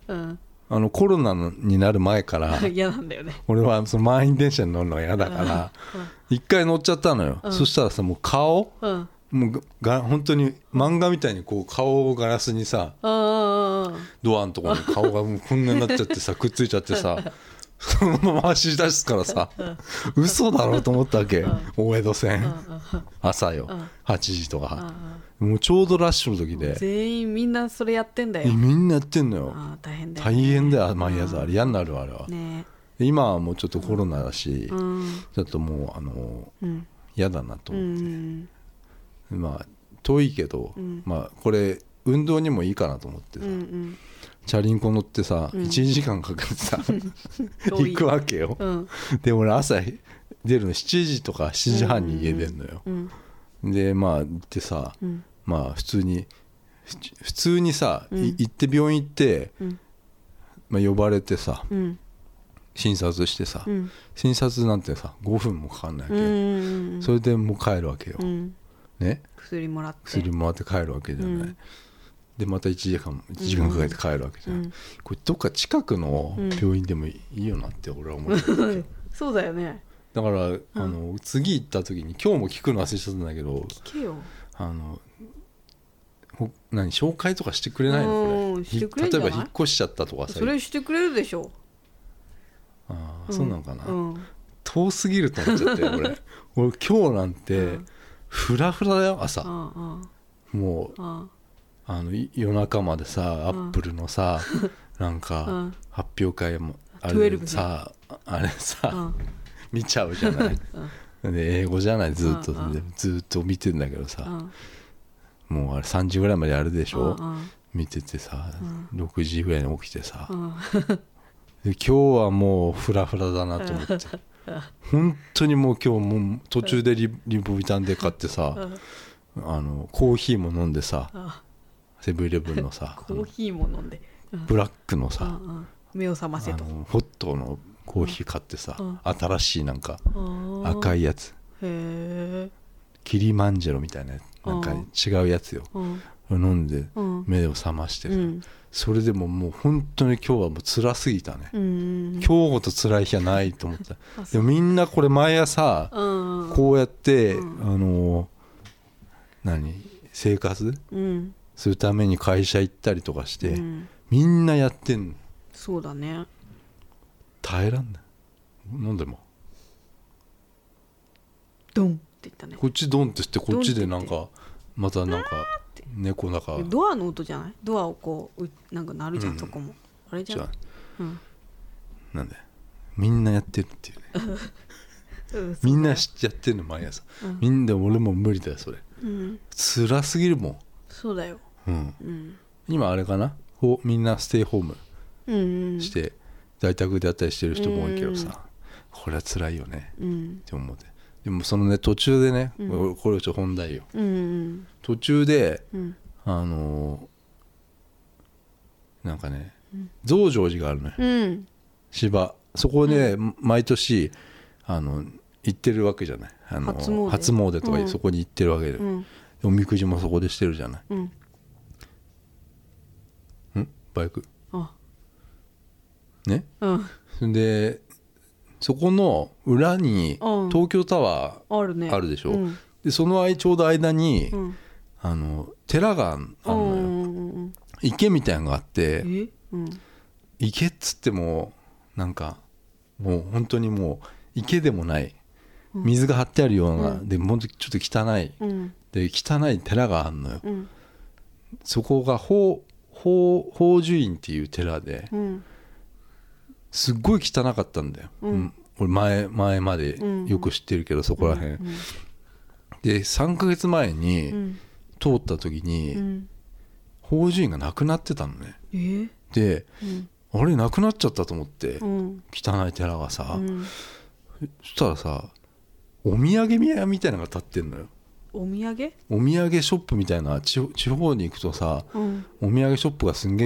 うん、あのコロナになる前から嫌なんだよね。 俺はその満員電車に乗るのが嫌だから一回乗っちゃったのよ、うん、そしたらさもう顔、うん、もうが本当に漫画みたいにこう顔をガラスにさドアのところに顔がもうこんなになっちゃってさくっついちゃってさそのまま走り出すからさ嘘だろうと思ったわけ。大江戸線朝よはちじとかもうちょうどラッシュの時で全員みんなそれやってんだよ。 みんなやってんのよ。 あ大変だよ、ね、大変だよ毎朝。あれ嫌になるあれは、ね、今はもうちょっとコロナだし、うん、ちょっともうあの、うん、嫌だなと思って、うん、まあ遠いけど、うん、まあこれ運動にもいいかなと思ってさ、うんうん、チャリンコ乗ってさ、うん、いちじかんかけてさ行くわけよ、うん、で俺朝出るのしちじとかしちじはんに家出るのよ、うんうん、でまあ行ってさ、うん、まあ普通に普通にさ、うん、行って病院行って、うんまあ、呼ばれてさ、うん、診察してさ、うん、診察なんてさごふんもかかんないわけよ、うんうんうん、それでもう帰るわけよ、うんね、 薬もらって薬もらって帰るわけじゃない、うん、でまたいちじかんいちじかんかけて帰るわけじゃない、うん、これどっか近くの病院でもいいよなって俺は思ってるわけ、うん、 そうだよね。 だから、うん、あの次行った時に今日も聞くの忘れちゃったんだけど聞けよあの何紹介とかしてくれないのこれ。してくれんじゃない？例えば引っ越しちゃったとかさそれしてくれるでしょ。 ああ、うん、そうなのかな、うん、遠すぎると思っちゃって俺俺今日なんて、うんフラフラだよ朝、うんうん、もう、うん、あの夜中までさ、うん、アップルのさ、うん、なんか、うん、発表会もあれさあれさ、うん、見ちゃうじゃない、うん、で英語じゃないずっと、うん、ずっと見てんだけどさ、うん、もうあれさんじぐらいまでやるでしょ、うん、見ててさ、うん、ろくじぐらいに起きてさ、うん、で今日はもうフラフラだなと思って本当にもう今日もう途中で リ, リポビタンで買ってさあのコーヒーも飲んでさセブンイレブンのさコーヒーも飲んでブラックのさ目を覚ませとホットのコーヒー買ってさ新しいなんか赤いやつへキリマンジェロみたいななんか違うやつよ飲んで目を覚ましてさ、うん、それでももう本当に今日はもう辛すぎたね、うん、今日ほど辛い日はないと思ったでもみんなこれ毎朝こうやって、うん、あの何生活、うん、するために会社行ったりとかして、うん、みんなやってんの。 そうだね耐えらんないなんでもドンって言ったねこっちドンってしてこっちでなんかまたなんか猫だかドアの音じゃないドアをこうなんか鳴るじゃん、うん、そこもあれじゃん、うん、 なんでみんなやってるっていうねうん、みんな知ってやってるの毎朝、うん、みんな俺も無理だよそれ、うん、辛すぎるもんそうだよ、 うんうん、今あれかなみんなステイホームして、うんうん、在宅でやったりしてる人も多いけどさ、うん、これは辛いよね、うん、って思ってでもそのね途中でね、うん、これちょっと本題よ、うんうん、途中で、うん、あのー、なんかね、うん、増上寺があるのよ、うん、芝そこで、うん、毎年あの行ってるわけじゃないあの初詣、初詣とか、うん、そこに行ってるわけで、うん、おみくじもそこでしてるじゃない、うん、んバイクあね、うん、でそこの裏に東京タワーあるでしょ、うん、でそのちょうど間に、うん、あの寺があるのよ、うん、池みたいなのがあって、うん、池っつってもなんかもう本当にもう池でもない水が張ってあるような、うん、でもうちょっと汚い、うん、で汚い寺があるのよ、うん、そこが法法寿院っていう寺で、うんすっごい汚かったんだよ、うん、俺 前, 前までよく知ってるけど、うん、そこら辺、うんうん、でさんかげつまえに、うん、通った時に、うん、法寿院がなくなってたのね、えー、で、うん、あれなくなっちゃったと思って、うん、汚い寺がさ、うん、そしたらさお土産屋みたいなのが建ってんのよ。 お土産お土産ショップみたいな 地, 地方に行くとさ、うん、お土産ショップがすんげえ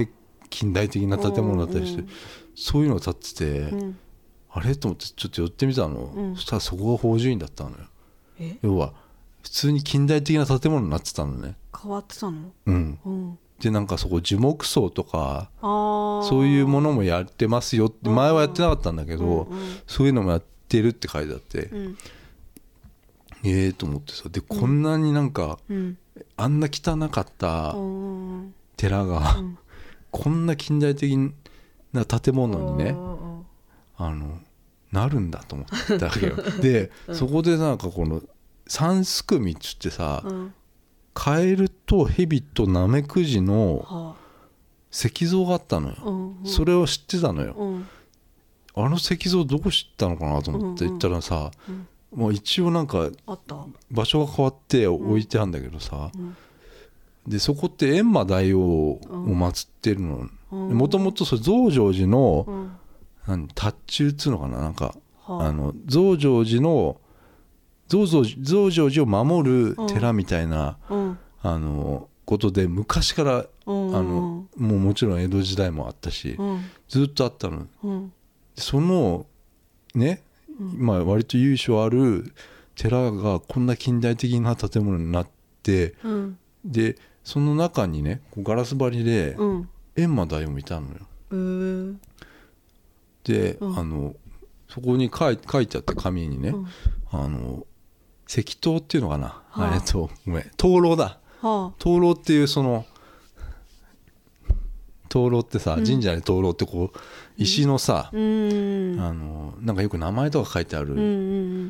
近代的な建物だったりして、うん、そういうのが建ってて、うん、あれと思ってちょっと寄ってみたの、うん、そしたらそこが法住院だったのよ。 え要は普通に近代的な建物になってたのね。 変わってたの？ うん、うん、でなんかそこ樹木葬とかそういうものもやってますよって前はやってなかったんだけど、うんうん、そういうのもやってるって書いてあって、うん、ええー、と思ってさ、でこんなになんか、うん、あんな汚かった寺が、うん、こんな近代的な建物にねあのなるんだと思ったわけよ。で、うん、そこでなんかこの三すくみっつってさ、うん、カエルとヘビとナメクジの石像があったのよ、うんうん、それを知ってたのよ、うん、あの石像どこ知ったのかなと思って行ったらさ、うんうんまあ、一応なんか場所が変わって置いてあるんだけどさ、うん、でそこって閻魔大王を祀ってるの。もともと増上寺の、うん、何塔頭っつうのかな、なんか、はあ、あの増上寺の増上寺、増上寺を守る寺みたいな、うん、あのことで昔から、うん、あのもうもちろん江戸時代もあったし、うん、ずっとあったの、うん、そのね、まあ、割と由緒ある寺がこんな近代的な建物になって、うん、でその中にねこうガラス張りで閻魔大王もいたのよ、うん、で、うん、あのそこに書い、書いてあって紙にね、うん、あの石塔っていうのかな、はあ、あれとごめん灯籠だ、はあ、灯籠っていうその灯籠ってさ、うん、神社で灯籠ってこう石のさ、うん、あのなんかよく名前とか書いてある、うん、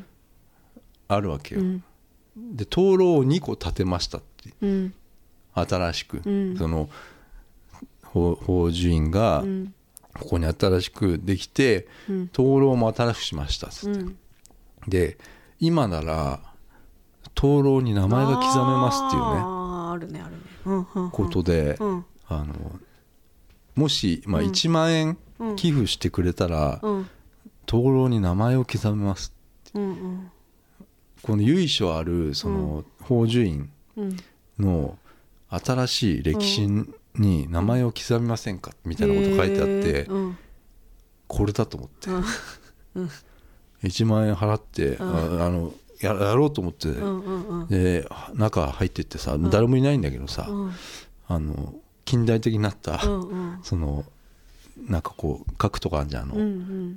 あるわけよ、うん、で灯籠をにこ建てましたって、うん、新しく、うん、その法住院がここに新しくできて、うん、灯籠も新しくしましたっつって、うん、で今なら灯籠に名前が刻めますっていうね、 ああるねあるね、うんうんうん、 ことで、うん、あのもし、まあ、いちまんえん寄付してくれたら、うん、灯籠に名前を刻めますって、うんうん、この由緒あるその法住院の新しい歴史に名前を刻みませんかみたいなこと書いてあって、うん、これだと思って、うん、いちまんえん払って、うん、あ, あの や, やろうと思って、うんうんうん、で中入ってってさ、誰もいないんだけどさ、うん、あの近代的になった、うんうん、そのなんかこう書くとかあるじゃん、あの、うんうん、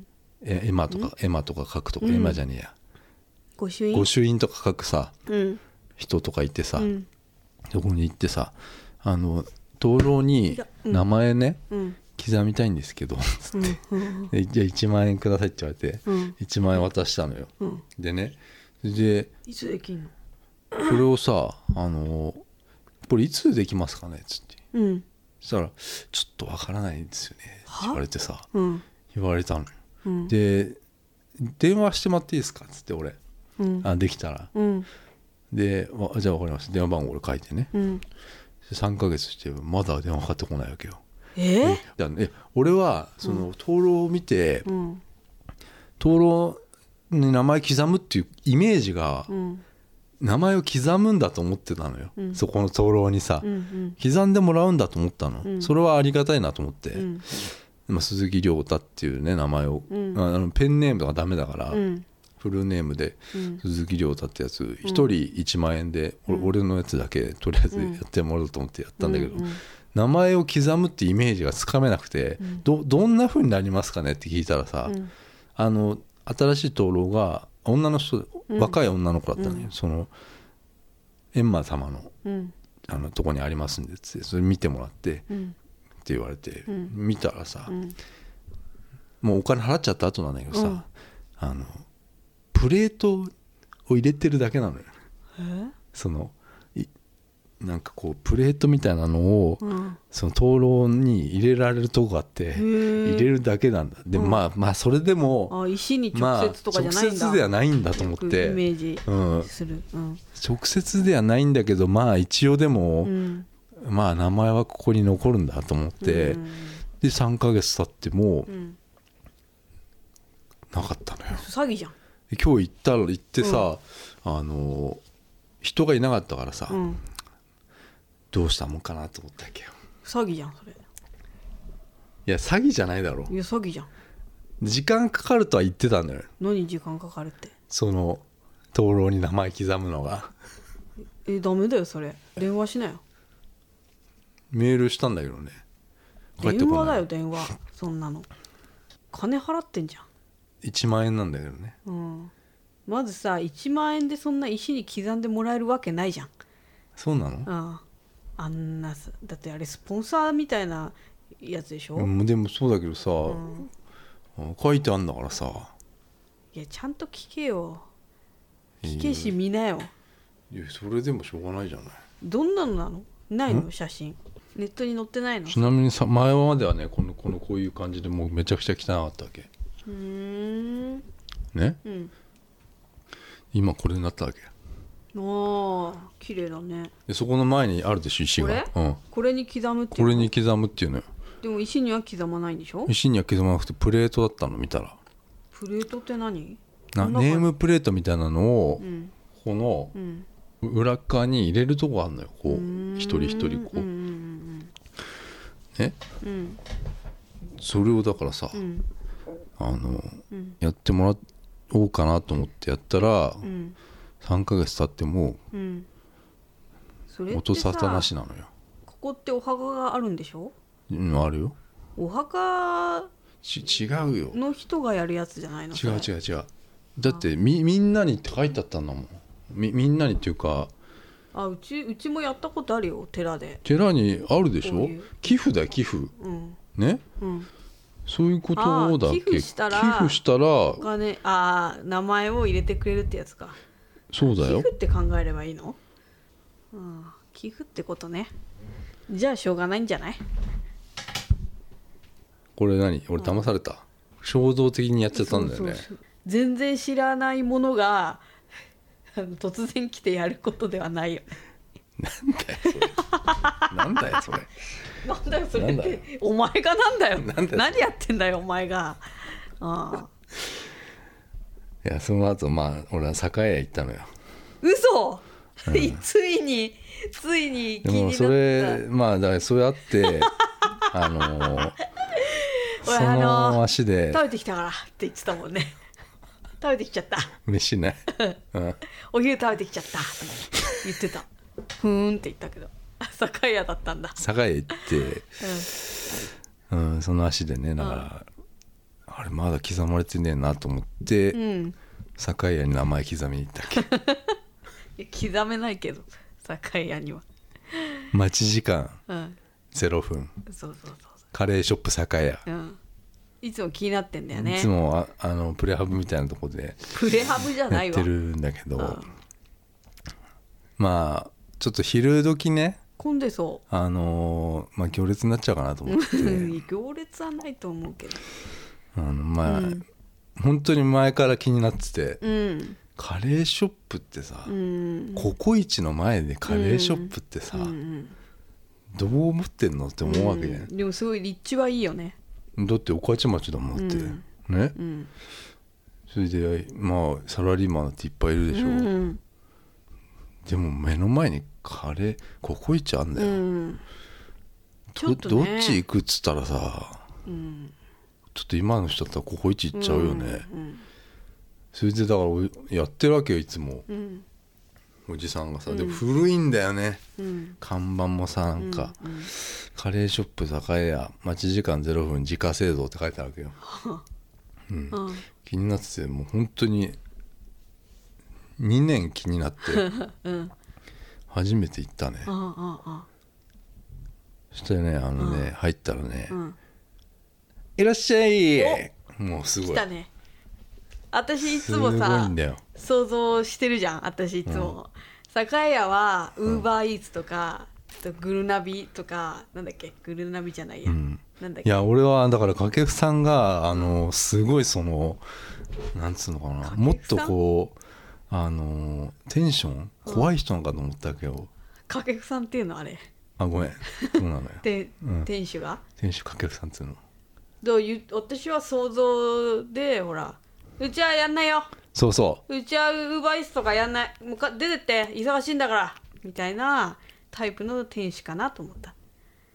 えエマとか、うん、エマとか書くとか、うん、エマじゃねえや御朱印御朱印とか書くさ、うん、人とかいてさ、うん、そこに行ってさ、あの灯籠に名前ね、うん、刻みたいんですけどつって、うん、でじゃあいちまんえんくださいって言われて、うん、いちまんえん渡したのよ、うん、でね、でいつできんのこれをさ、あのこれいつできますかねつって、うん、そしたらちょっとわからないんですよねって言われてさ、うん、言われたのよ、うん、で電話してもらっていいですかつって俺、うん、あできたら、うん、でじゃあ分かりました、電話番号俺書いてね、うん、さんかげつしてまだ電話かかってこないわけよ。 えー、え俺はその灯籠を見て、うん、灯籠に名前刻むっていうイメージが、うん、名前を刻むんだと思ってたのよ、うん、そこの灯籠にさ、うんうん、刻んでもらうんだと思ったの、うん、それはありがたいなと思って、うんまあ、鈴木亮太っていうね名前を、うん、あのペンネームとかダメだから、うん、フルネームで鈴木亮太ってやつひとりいちまんえんで、うん、俺のやつだけとりあえずやってもらおうと思ってやったんだけど、うんうん、名前を刻むってイメージがつかめなくて、うん、ど, どんな風になりますかねって聞いたらさ、うん、あの新しい灯籠が女の人、うん、若い女の子だったのよ、うん、その閻魔様の、うん、あのとこにありますんでってそれ見てもらって、うん、って言われて、うん、見たらさ、うん、もうお金払っちゃった後なんだけどさ、うん、あのプレートを入れてるだけなのよ。そのなんかこうプレートみたいなのを、うん、その灯籠に入れられるとこがあって入れるだけなんだ。で、うん、まあまあそれでもあ石に直接とかじゃないんだ、まあ、直接ではないんだと思ってイメージする、うんうん、 直接ではないんだけどまあ一応でも、うん、まあ名前はここに残るんだと思って、うん、でさんかげつ経っても、うん、なかったのよ。 詐欺じゃん。 今日行ったら行ってさ、うん、あの人がいなかったからさ、うん、どうしたもんかなと思ったっけよ。 詐欺じゃんそれ。 いや詐欺じゃないだろ。 いや詐欺じゃん。 時間かかるとは言ってたんだよ。 何時間かかるって。 その灯籠に名前刻むのが。 えダメだよそれ。電話しなよ。 メールしたんだけどね。 電話だよ電話。そんなの金払ってんじゃん。 いちまんえんなんだけどね。 うん。まずさいちまんえんでそんな石に刻んでもらえるわけないじゃん。 そうなの？ ああ、あんなさだってあれスポンサーみたいなやつでしょ。 うん、でもそうだけどさ、うん、書いてあんだからさ。 いやちゃんと聞けよ。聞けし見なよ。 いやそれでもしょうがないじゃない。 どんなのなの？ないの写真。ネットに載ってないの？ ちなみにさ前まではねこのこのこういう感じでもうめちゃくちゃ汚かったわけ。 うーんね、 うん、 今これになったわけ。 ああ綺麗だね。 でそこの前にあるでしょ石が。 これ、うん、これに刻むっていうの。 これに刻むっていうのよ。 でも石には刻まないんでしょ。 石には刻まなくてプレートだったの見たら。 プレートって何？ なネームプレートみたいなのを、うん、この裏側に入れるとこあるのよ。こう一人一人こう、うん、ね、うん、それをだからさ、うん、あの、うん、やってもらおうかなと思ってやったら、うん、さんかげつ経っても、うん、音沙汰なしなのよ。 ここってお墓があるんでしょ。 うん、あるよ。 お墓ち違うよの人がやるやつじゃないの。 違う違う違う。だってみみんなにって書いてあったんだもん。 み, みんなにっていうかあうちうちもやったことあるよ寺で。 寺にあるでしょ。寄付だよ寄付、うん、ね、うん、そういうことだっけ。 寄付したら寄付したらお金あ名前を入れてくれるってやつか。 そうだよ。 寄付って考えればいいの、うん、寄付ってことね。じゃあしょうがないんじゃない。 これ何俺騙された、うん、衝動的にやっちゃったんだよね。そうそうそう全然知らないものが突然来てやることではないよね。 なんだよそれ。 なんだよそれ。なんだよそれってお前がなんだよ。なんだよ何やってんだよお前が。ああいやその後まあ俺は酒屋行ったのよ。 嘘、うん、ついについに気になった。でもそれまあだからそれあってあのー、その足で食べてきたからって言ってたもんね。食べてきちゃった飯ね、 うん、お昼食べてきちゃったって言ってた。ふーんって言ったけど酒屋だったんだ。 酒屋行って、うんうん、その足でねだから、うん、あれまだ刻まれてねえなと思って、うん、酒屋に名前刻みに行ったっけ。 いや刻めないけど酒屋には待ち時間、うん、ゼロふん。 そうそうそうそうカレーショップ酒屋、うんいつも気になってんだよね。 いつも あ, あのプレハブみたいなとこでプレハブじゃないわやってるんだけど、まあちょっと昼時ね混んでそうあのー、まあ行列になっちゃうかなと思って行列はないと思うけどあのまあ、うん、本当に前から気になってて、うん、カレーショップってさ、うん、ココイチの前でカレーショップってさ、うん、どう思ってんのって思うわけじゃない、うん、 でもすごい立地はいいよね。 だって御徒町だもんって、うん、ね、うん、それでまあサラリーマンっていっぱいいるでしょ、うん、でも目の前にカレーココイチあんだよ、うん、ちょっとね、どっち行くっつったらさ、うん、ちょっと今の人だったらココイチ行っちゃうよね、うんうん、それでだからやってるわけよいつも、うん、おじさんがさ、でも古いんだよね、うん、看板もさなんか、うんうん、カレーショップ酒屋待ち時間ゼロふん自家製造って書いてあるわけよ、うん、気になっててもう本当ににねん気になって、うん、初めて行ったね、うんうんうん、そしてねあのね、うん、入ったらね、うん、いらっしゃいもうすごい来たね。 私いつもさ想像してるじゃん私いつも、うん、酒屋はウーバーイーツとか、うん、グルナビとかなんだっけグルナビじゃないや、うん、なんだっけ。 いや俺はだから掛布さんがあのすごいそのなんつうのかなもっとこうあのテンション怖い人なんかと思ったわけよ。 掛布さんっていうのあれあごめんそうなのよで、うん、店主が店主掛布さんっていうのどういう私は想像でほらうちはやんないよそうそううちはウーバーイーツとかやんないもうか出てって忙しいんだからみたいなタイプの店主かなと思った。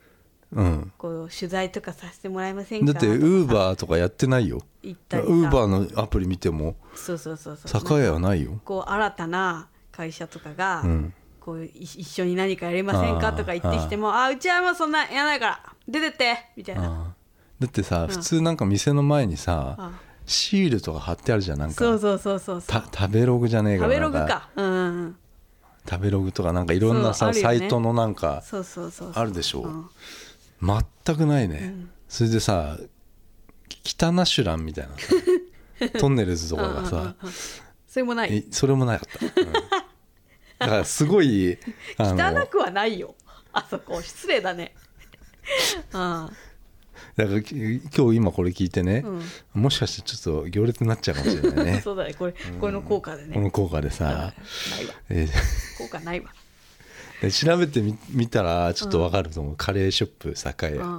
うん、 こう取材とかさせてもらえませんか。 だってウーバーとかやってないよ。 行ったりさ、 ウーバーのアプリ見てもそうそうそうそう栄はないよ。 こう新たな会社とかが、うん、こう一緒に何かやりませんかとか言ってきても、ああうちはもうそんなやらないから出てってみたいな。 だってさ、うん、普通なんか店の前にさ、うん、シールとか貼ってあるじゃん。なんかそうそうそうそうそう、 食べログじゃねえか、 食べログか、うんうん、 食べログとかなんかいろんなさ、ね、サイトのなんかあるでしょ。うん、全くないね、うん、それでさ北ナシュランみたいなさトンネルズとかがさそれもない。 それもなかった、うん、だからすごいあの汚くはないよあそこ。失礼だねああだから今日今これ聞いてね、うん、もしかしてちょっと行列になっちゃうかもしれないねそうだね、これ、うん、この効果でね、 この効果でさ、 ないわ、えー、効果ないわ調べて み, 見たらちょっと分かると思う、うん、カレーショップ栄屋、うん、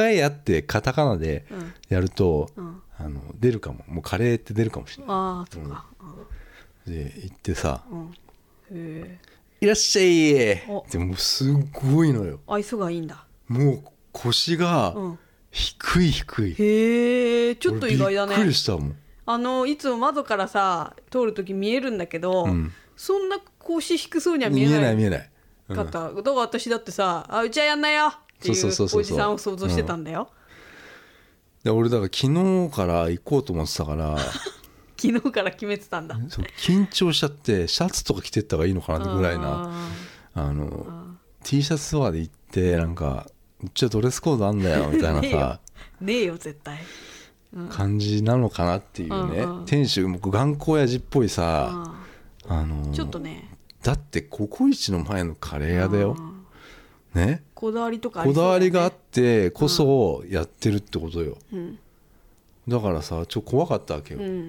栄屋ってカタカナでやると、うん、あの出るかも。もうカレーって出るかもしれない。あー、そうか、うん、で行ってさ、うん、へいらっしゃいでもすごいのよ。 愛想がいいんだ。 もう腰が低い低い、うん、 へえ、ちょっと意外だね。 びっくりしたもん。 あのいつも窓からさ通るとき見えるんだけど、うん、そんな腰低そうには見えない。 見えない見えない、 うん、だから私だってさ、あうちはやんないよっていうおじさんを想像してたんだよ。 で俺だから昨日から行こうと思ってたから昨日から決めてたんだ。 そう緊張しちゃってシャツとか着てった方がいいのかなぐらいな、あのあ T シャツとかで行ってなんかうちはドレスコードあんだよみたいなさねえよ絶対、 うん、感じなのかなっていうね、うんうん、店主僕頑固親父っぽいさ、うん、あのちょっとね、 だってココイチの前のカレー屋だよ、ね、 こだわりとかありそうだね、こだわりがあってこそやってるってことよ、うん、だからさちょっと怖かったわけよ、うんうんうん、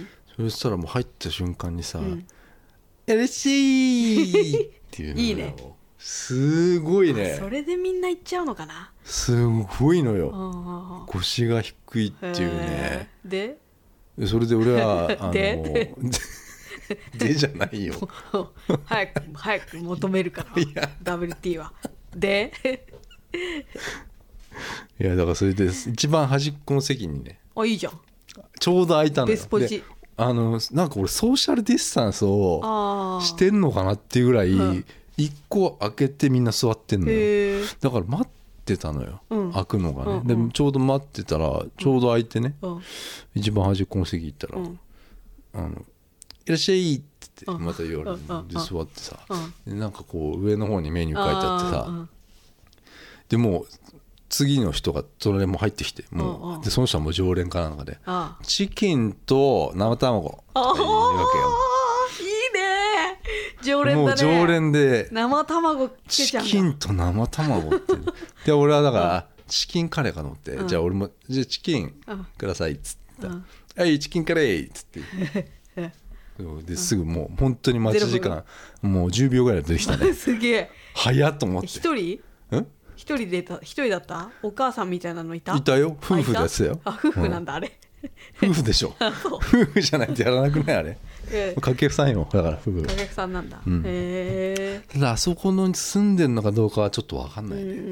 そしたらもう入った瞬間にさ、うん、やれしいっていうのよいいね、すごいね。 それでみんな行っちゃうのかな。 すごいのよ、腰が低いっていうね。 でそれで俺はあのででじゃないよ早く早く求めるからダブリューティー はでいやだからそれで一番端っこの席にね、 あいいじゃん、 ちょうど空いたのよ。 デスポジ、あのなんか俺ソーシャルディスタンスをしてんのかなっていうぐらい、うん、いっこ開けてみんな座ってんのよ。だから待ってたのよ、うん、開くのがね、うんうん、でちょうど待ってたらちょうど開いてね、うん、一番端っこの席行ったら、うん、あのいらっしゃいって言ってまた言われて、うん、で座ってさ、うん、でなんかこう上の方にメニュー書いてあってさ、うん、でもう次の人がそれも入ってきてもう、うん、でその人はもう常連かなんかでチキンと生卵っていうわけよ。 いいね、常連だね。もう常連で生卵つけちゃうんだ。 チキンと生卵ってで俺はだからチキンカレーかと思って、うん、じゃあ俺もじゃあチキンくださいっつったら、うん、はいチキンカレーっつってですぐもう本当に待ち時間もうじゅうびょうぐらいで出てきたねすげえ早っと思って。 一人ん一人でた一人だった？お母さんみたいなのいた？ いたよ、夫婦ですよ。 あ、夫婦なんだ、うん、あれ夫婦でしょ夫婦じゃないとやらなくないあれ、えー、掛布さんよ、だから夫婦掛布さんなんだ、うん、へー。ただあそこの住んでるのかどうかはちょっと分かんないね、うんうん、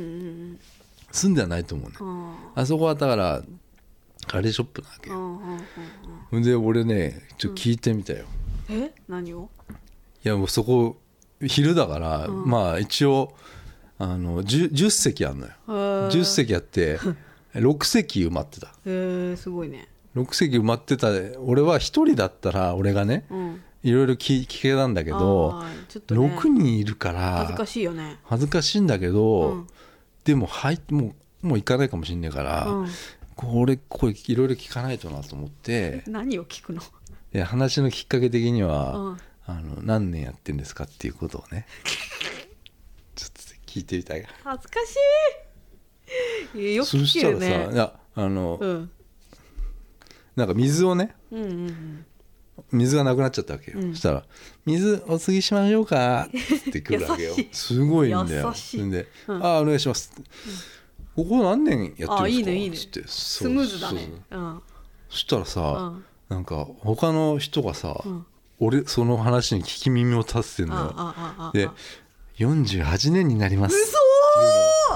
住んではないと思うね。あ, あそこはだからカレーショップなわけよ、うんうんうん、で俺ねちょっと聞いてみたよ、 うん、え何を？ いやもうそこ昼だから、うん、まあ一応あの 10, 10席あるのよ。じゅっ席あってろく席埋まってた。 へー、すごいね。 ろく席埋まってた。俺は一人だったら俺がね、うん、いろいろ聞けたんだけど、ちょっとね、ろくにんいるから恥ずかしいよね。 恥ずかしいんだけど、うん、でもはいもうもう行かないかもしんないから、うん、これこれいろいろ聞かないとなと思って。 何を聞くの？ いや話のきっかけ的には、うん、あの何年やってんですかっていうことをねちょっと聞いてみたい。 恥ずかしい。よく聞けるね。そしたらさ、いやあの、うん、 なんか水をね、 うんうんうん、 水がなくなっちゃったわけよ、うん、そしたら水お継ぎしましょうかって来るわけよすごいんだよ。で、うん、あお願いします、うん、ここ何年やってるんですか？あいいねいいね、 スムーズだね。うん、 そしたらさ、うん、なんか他の人がさ、うん、俺その話に聞き耳を立ててんのよ。でよんじゅうはちねんになります。 嘘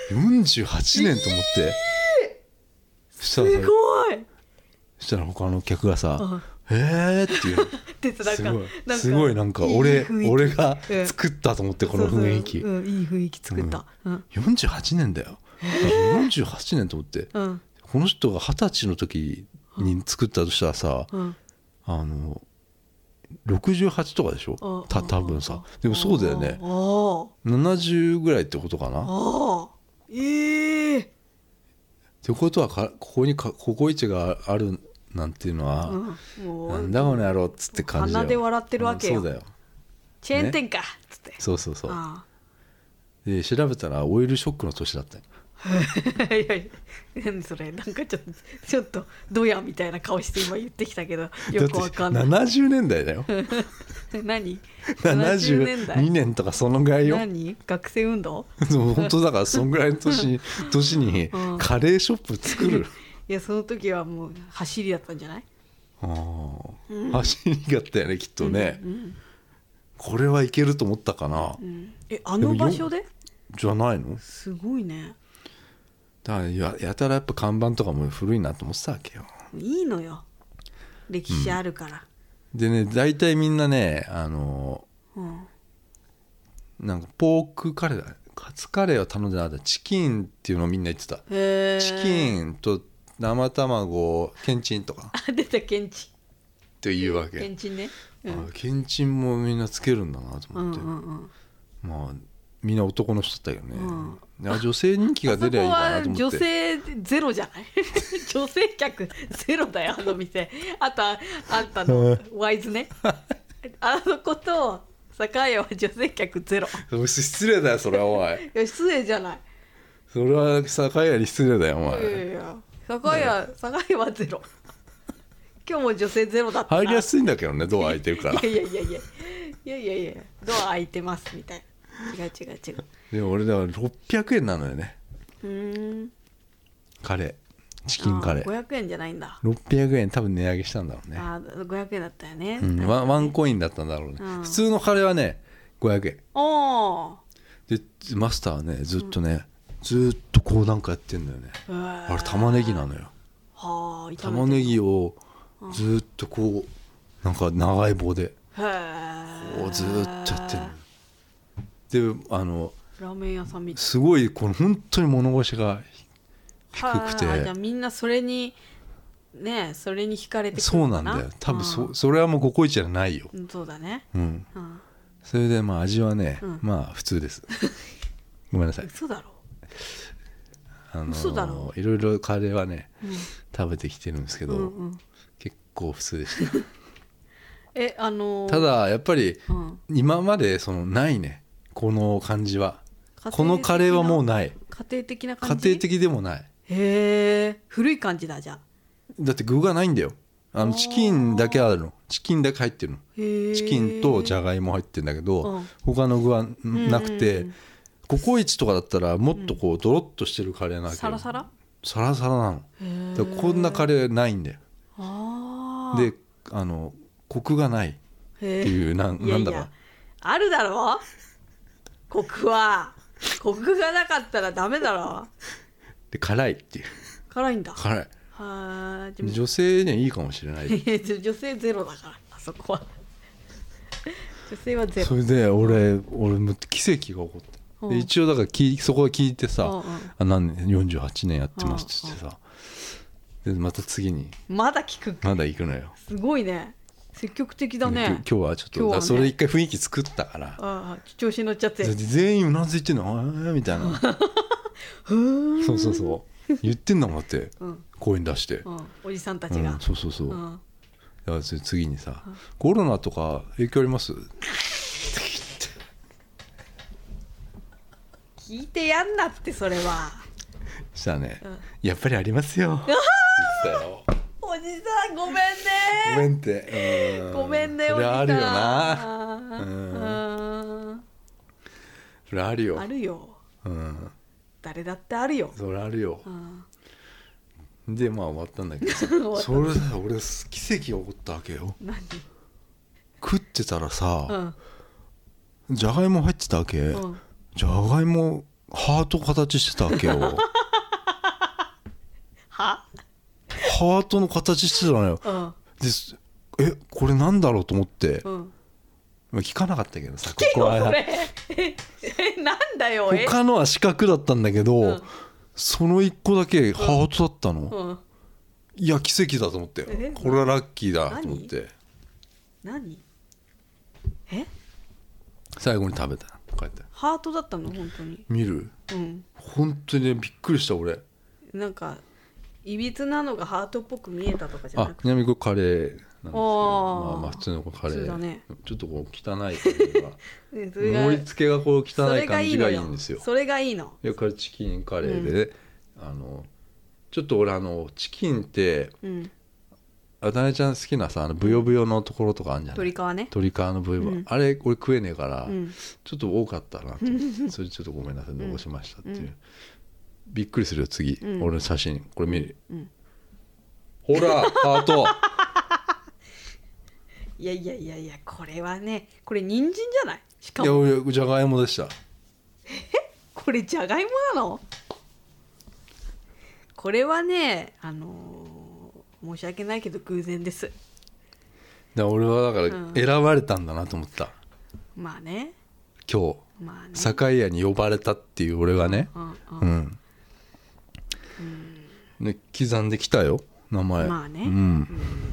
よんじゅうはちねんと思って、 えー、すごい。 そしたら他の客がさ「へえ」っていうすごいすごいなんか俺俺が作ったと思って、この雰囲気、 うん、いい雰囲気作った、 うん、よんじゅうはちねんだよ、よんじゅうはちねんと思って、うん、この人がはたちの時に作ったとしたらさ、うん、あのろくじゅうはちとかでしょ、た多分さ。でもそうだよね、ななじゅうぐらいってことかな。 あえー、 ってことはかここにかココイチがあるなんていうのは、うん、なんだこの野郎っつって感じだよ。 鼻で笑ってるわけよ、 うん、そうだよ、 チェーン店かっつって、ね、 そうそうそう。で調べたらオイルショックの年だったよ。 いやいや何それ、なんかちょっとちょっとドヤみたいな顔して今言ってきたけどよくわかんない。 ななじゅうねんだいだよ。 何ななじゅうにねんとかそのぐらいよ。 何学生運動本当だからそのぐらいの年年にカレーショップ作る、うん、いやその時はもう走りだったんじゃない。 あ、うん、走りだったよねきっとね、うんうん、これはいけると思ったかな、うん、 えあの場所でじゃないの。 すごいね。 だから や, やたらやっぱ看板とかも古いなと思ってたわけよ。 いいのよ歴史あるから、 うん、でね大体みんなねあの、うん、なんかポークカレーだカツカレーを頼んでなかった、チキンっていうのをみんな言ってた。 へチキンと生卵けんちんとかあ出たけんちんっていうわけ。 けんちんね、 うん、あけんちんもみんなつけるんだなと思って、うんうんうん、まあみんな男の人だったよね、うん、女性人気が出りゃいいかなと思って。 女性ゼロじゃない女性客ゼロだよあの店。あとあんたのワイズねあの子と酒屋は女性客ゼロ。 失礼だよそれはお前。 いや失礼じゃない。 それは酒屋に失礼だよお前。 いやいや酒屋、酒屋はゼロ今日も女性ゼロだったな。 入りやすいんだけどねドア開いてるから。 いやいやいやいやいやいやいやドア開いてますみたいな。違う違う違う。 でも俺だからろっぴゃくえんなのよね。 うーんカレーチキンカレーごひゃくえんじゃないんだ。 ろっぴゃくえん多分値上げしたんだろうね。 あごひゃくえんだったよね、 うん、ワ, ワンコインだったんだろうね、うん、普通のカレーはねごひゃくえん。 おでマスターはねずっとね、うん、ずっとこうなんかやってんだよね。あれ玉ねぎなのよ。 はあ玉ねぎをずっとこうなんか長い棒でこうずっとやってるの。であのラーメン屋さんみたいすごいこの本当に物腰が低くて、 じゃあみんなそれにねそれに惹かれてくるそうなんだよ多分 そ,、うん、それはもうココイチじゃないよ。 そうだね、 うんうん、それでまあ味はね、うん、まあ普通ですごめんなさい。 嘘だろあのー、 嘘だろ。 いろいろカレーはね、うん、食べてきてるんですけど、うんうん、結構普通でしたえ、あのー、 ただやっぱり、うん、今までそのないねこの感じは。このカレーはもうない。 家庭的な感じ。 家庭的でもない。 へえ古い感じだじゃあ。 だって具がないんだよ。あのチキンだけあるの。チキンだけ入ってるの。 へチキンとじゃがいも入ってるんだけど、うん、他の具はなくて、うんうん、ココイチとかだったらもっとこうドロッとしてるカレーなわけよ。 サラサラサラサラなの。だからこんなカレーないんだよ。 あであのコクがないっていうな、なんだろう。いやいやあるだろコクは。コクがなかったらダメだろ。 で辛いっていう。 辛いんだ。 辛い。 は女性にはいいかもしれない。 女性ゼロだからあそこは女性はゼロ。 それで俺俺も奇跡が起こった。で一応だからきそこで聞いてさ、あ何年よんじゅうはちねんやってますって言ってさ、でまた次にまだ聞く。 まだ行くのよ。 すごいね。積極的だね。 今日はちょっと、ね、それ一回雰囲気作ったから。 ああ調子乗っちゃって。 全員うなずいてんのみたいな。そうそうそう言ってんだもんだって、うん、公園出して、 うん、おじさんたちが、 うん、そうそうそう、うん、だから次にさ、うん、コロナとか影響あります聞いてやんなってそれは。 したらね、うん、やっぱりありますよって言ってたよ。 おじさんごめんね。 ごめんって、うん、 ごめんねおじさん。 それあるよな。うん、それあるよ。 あるよ。 うん、 誰だってあるよ。 それあるよ。うん、でまあ終わったんだけどさそれさ俺奇跡が起こったわけよ。 何？ 食ってたらさ、うん、じゃがいも入ってたわけ。うん、じゃがいもハート形してたわけよはハートの形してたのよ、うん、ですえこれなんだろうと思って、うん、聞かなかったけどさ、 ここはそれえなんだよ他のは四角だったんだけど、うん、その一個だけハートだったの、うんうん、いや奇跡だと思って、これはラッキーだと思って。 何え最後に食べたこうやってハートだったの本当に見る、 うん、 本当にねびっくりした俺。 なんかいびつなのがハートっぽく見えたとかじゃなくて、 あちなみにこれカレーなんですけど、まあ、まあ普通のカレーだ、ね、ちょっとこう汚い感じが盛り付けがこう汚い感じがいいんですよ。 それがいいの。 いやこれチキンカレーで、ね、うん、あのちょっと俺あのチキンって、うん、あだねちゃん好きなさあのブヨブヨのところとかあるんじゃない、 鶏皮ね、 鶏皮のブヨブヨ、うん、あれ俺食えねえから、うん、ちょっと多かったなとそれちょっとごめんなさい残しましたっていう、うん、びっくりするよ次、うん、俺の写真これ見る、うん、ほらハートいやいやいやいやこれはねこれ人参じゃない。しかもいやいやじゃがいもでした。 えこれじゃがいもなの。これはねあのー、申し訳ないけど偶然です。 だ俺はだから選ばれたんだなと思った、 うん、まあね今日、まあね、酒屋に呼ばれたっていう俺がね、うんうんうんうん、ね刻んできたよ名前。 まあね、 うんうん、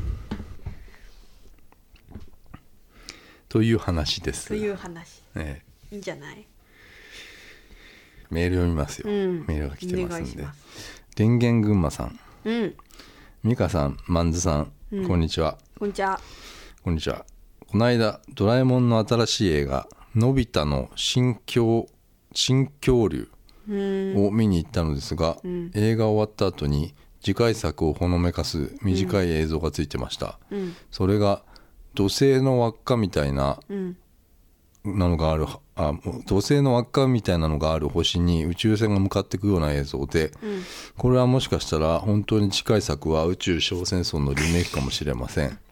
という話です。 という話、ね、いいんじゃない。 メール読みますよ、うん、メールが来てますんで。電源群馬さん、うん、美香さんまんずさん、うん、こんにちは。 こんにちは。 こんにちは。この間ドラえもんの新しい映画のび太の新恐新恐竜を見に行ったのですが、うん、映画終わった後に次回作をほのめかす短い映像がついてました、うん、それが土星の輪っかみたいな、うん、なのがあるあ土星の輪っかみたいなのがある星に宇宙船が向かっていくような映像で、うん、これはもしかしたら本当に次回作は宇宙小戦争のリメイクかもしれません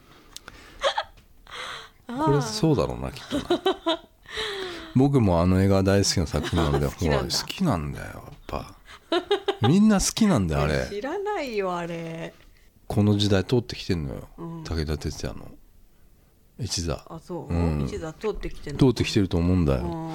これそうだろうなきっとな僕もあの映画大好きな作品なので好きなんだ好きなんだよやっぱみんな好きなんだよあれ知らないよあれ。 この時代通ってきてんのよ、うん、武田鉄矢の一座。 あそう、うん、一座通ってきてる通ってきてると思うんだよ。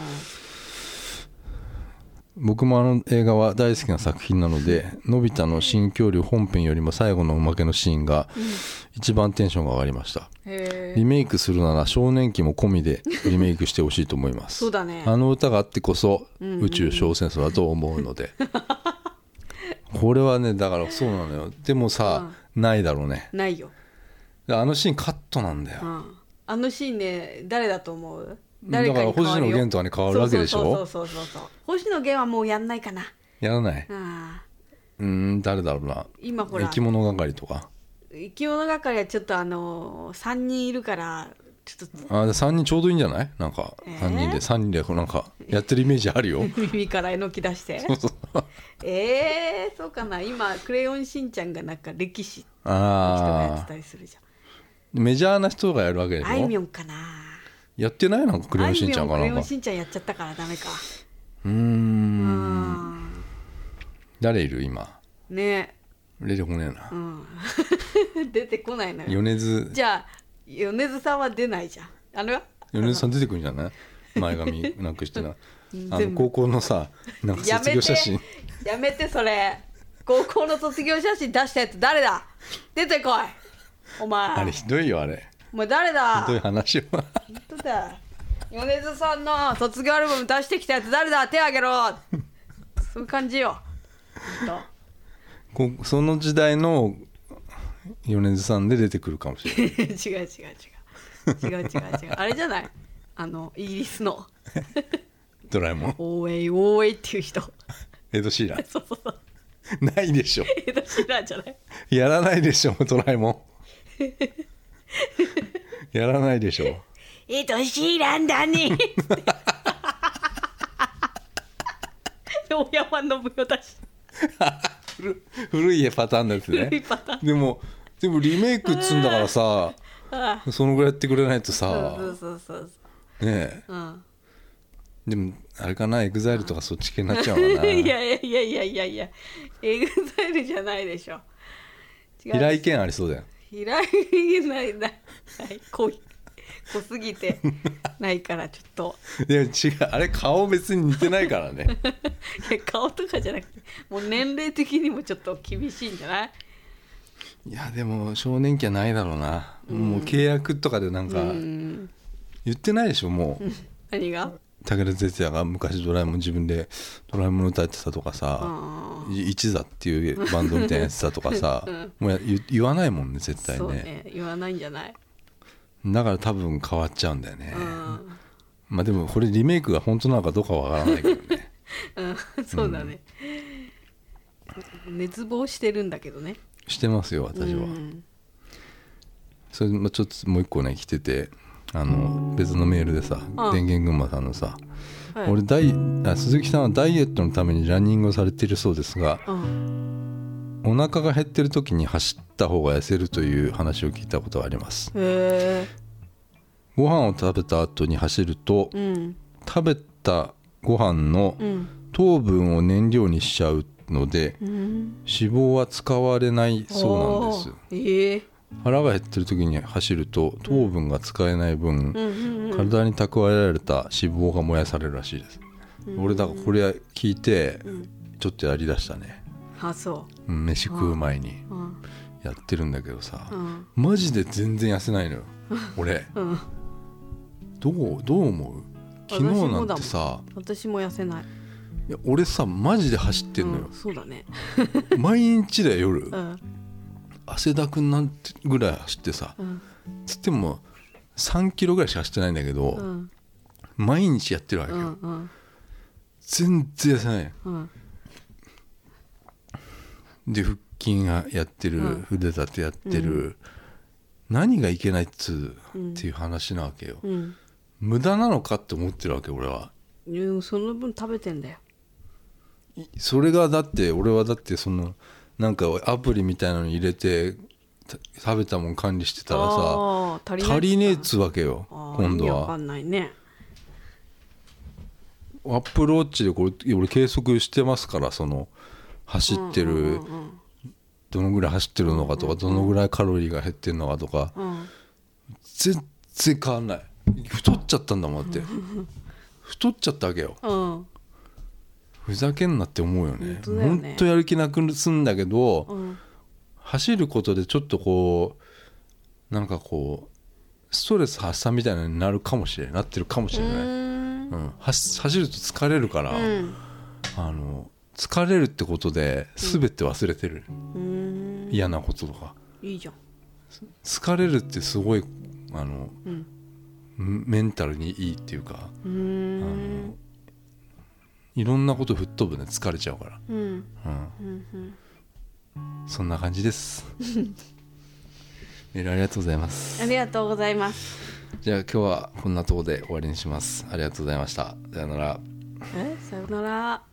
僕もあの映画は大好きな作品なのでのび太の新恐竜本編よりも最後のおまけのシーンが一番テンションが上がりました、うん、リメイクするなら少年期も込みでリメイクしてほしいと思いますそうだね。 あの歌があってこそ宇宙小戦争だと思うので、うんうん、これはねだからそうなのよ。でもさ、うん、ないだろうね。 ないよ。 あのシーンカットなんだよ、うん、 あのシーンね誰だと思う。 誰かに変わるよ。だから星野源とかに変わるわけでしょ。 そうそうそうそう。星野源はもうやんないかな。 やらない。あうーん誰だろうな。 今ほら生き物係とか。 生き物係はちょっとあのさんにんいるからちょっと。あさんにんちょうどいいんじゃない。なんか、えー、さんにんでさんにんでなんかやってるイメージあるよ。 耳からえのき出して。そうそうえー、そうかな。今クレヨンしんちゃんがなんか歴史の人がやってたりするじゃん。 メジャーな人がやるわけでしょ。 あいみょんかな。 やってないなんかクレヨンしんちゃんかなんか。 クレヨンしんちゃんやっちゃったからダメか。 うーん誰いる今ね。 出てこねえな、うん、 出てこないのよ。 米津。 じゃあ米津さんは出ないじゃん。あの米津さん出てくるんじゃない前髪なくしてなあの高校のさなんか卒業写真やめてそれ。高校の卒業写真出したやつ誰だ。出てこいお前。 あれひどいよあれ。 お前誰だ。 ひどい話は本当だ。米津さんの卒業アルバム出してきたやつ誰だ手挙げろそういう感じよ。 こその時代の米津さんで出てくるかもしれない違う違う違う違う違う違う違うあれじゃないあのイギリスのドラえもんおーいおーいっていう人エド・シーランそうそうそうないでしょエド・シーランじゃないやらないでしょドラえもんやらないでしょエド・シーランだね大山信代だし古, 古いパターンですね。 古いパターン。 でもでもリメイクっつんだからさそのぐらいやってくれないとさそうそうそうそうねえ、うん、 でもあれかな、エグザイルとかそっち系になっちゃうのかな。 いやいやいやいやいやいや、エグザイルじゃないでしょ。 平井堅ありそうだよ。 平井堅ないない濃い濃すぎてないからちょっと。 いや違う、あれ顔別に似てないからね。 いや顔とかじゃなくて、もう年齢的にもちょっと厳しいんじゃない？ いやでも少年期はないだろうな、うん、もう契約とかでなんか言ってないでしょもう、うん、 何が？ 武田鉄矢が昔ドラえもん自分でドラえもん歌ってたとかさ、一座っていうバンドみたいなやつだとかさ、うん、もう 言, 言わないもんね絶対 ね, そうね、言わないんじゃない？ だから多分変わっちゃうんだよね、うん、まあでもこれリメイクが本当なのかどうかわからないけどね、 うん、そうだね、うん、熱望してるんだけどね。 してますよ私は、うん、それちょっともう一個ね来てて、あの別のメールでさ、電源群馬さんのさ、はい、俺ダイあ鈴木さんはダイエットのためにランニングをされているそうですが、うん、お腹が減ってる時に走った方が痩せるという話を聞いたことがあります。 へー。 ご飯を食べた後に走ると、うん、食べたご飯の糖分を燃料にしちゃうので、うん、脂肪は使われないそうなんです、 えー、 腹が減ってる時に走ると糖分が使えない分、うん、体に蓄えられた脂肪が燃やされるらしいです、うん、俺だからこれ聞いてちょっとやりだしたね、 うん、あそう、 飯食う前にやってるんだけどさ、うん、マジで全然痩せないのよ俺、うん、どうどう思う？昨日なんてさ、 私も痩せない。 いや俺さマジで走ってんのよ、 うん、そうだね毎日だよ夜、うん、汗だくになってぐらい走ってさ、うん、つってもさんキロぐらいしか走ってないんだけど、うん、毎日やってるわけよ、うんうん、全然痩せない、うん、で腹筋がやってる、うん、腕立てやってる、うん、何がいけないっつう、うん、っていう話なわけよ、うん、無駄なのかって思ってるわけ俺は。 その分食べてんだよ。 それがだって俺はだってそのなんかアプリみたいなのに入れて食べたもん管理してたらさ足りねえっつうわけよ今度は。 わかんないね。 アップルウォッチでこれ俺計測してますから、その走ってる、うんうんうん、どのぐらい走ってるのかとか、どのぐらいカロリーが減ってるのかとか、うん、全然変わんない。太っちゃったんだもんって太っちゃったわけよ、うん、ふざけんなって思うよね。ほんとやる気なくすんだけど、うん、走ることでちょっとこうなんかこうストレス発散みたいなのになるかもしれない、なってるかもしれない。うん、うん、走ると疲れるから、うん、あの疲れるってことで全て忘れてる、うん、嫌なこととか。 いいじゃん。 疲れるってすごいあの、うん、メンタルにいいっていうか、うーん、あのいろんなこと吹っ飛ぶね、疲れちゃうから、うんうんうんうん、そんな感じですメールありがとうございます。 ありがとうございます。 じゃあ今日はこんなところで終わりにします。ありがとうございました。さよなら。 え、さよなら。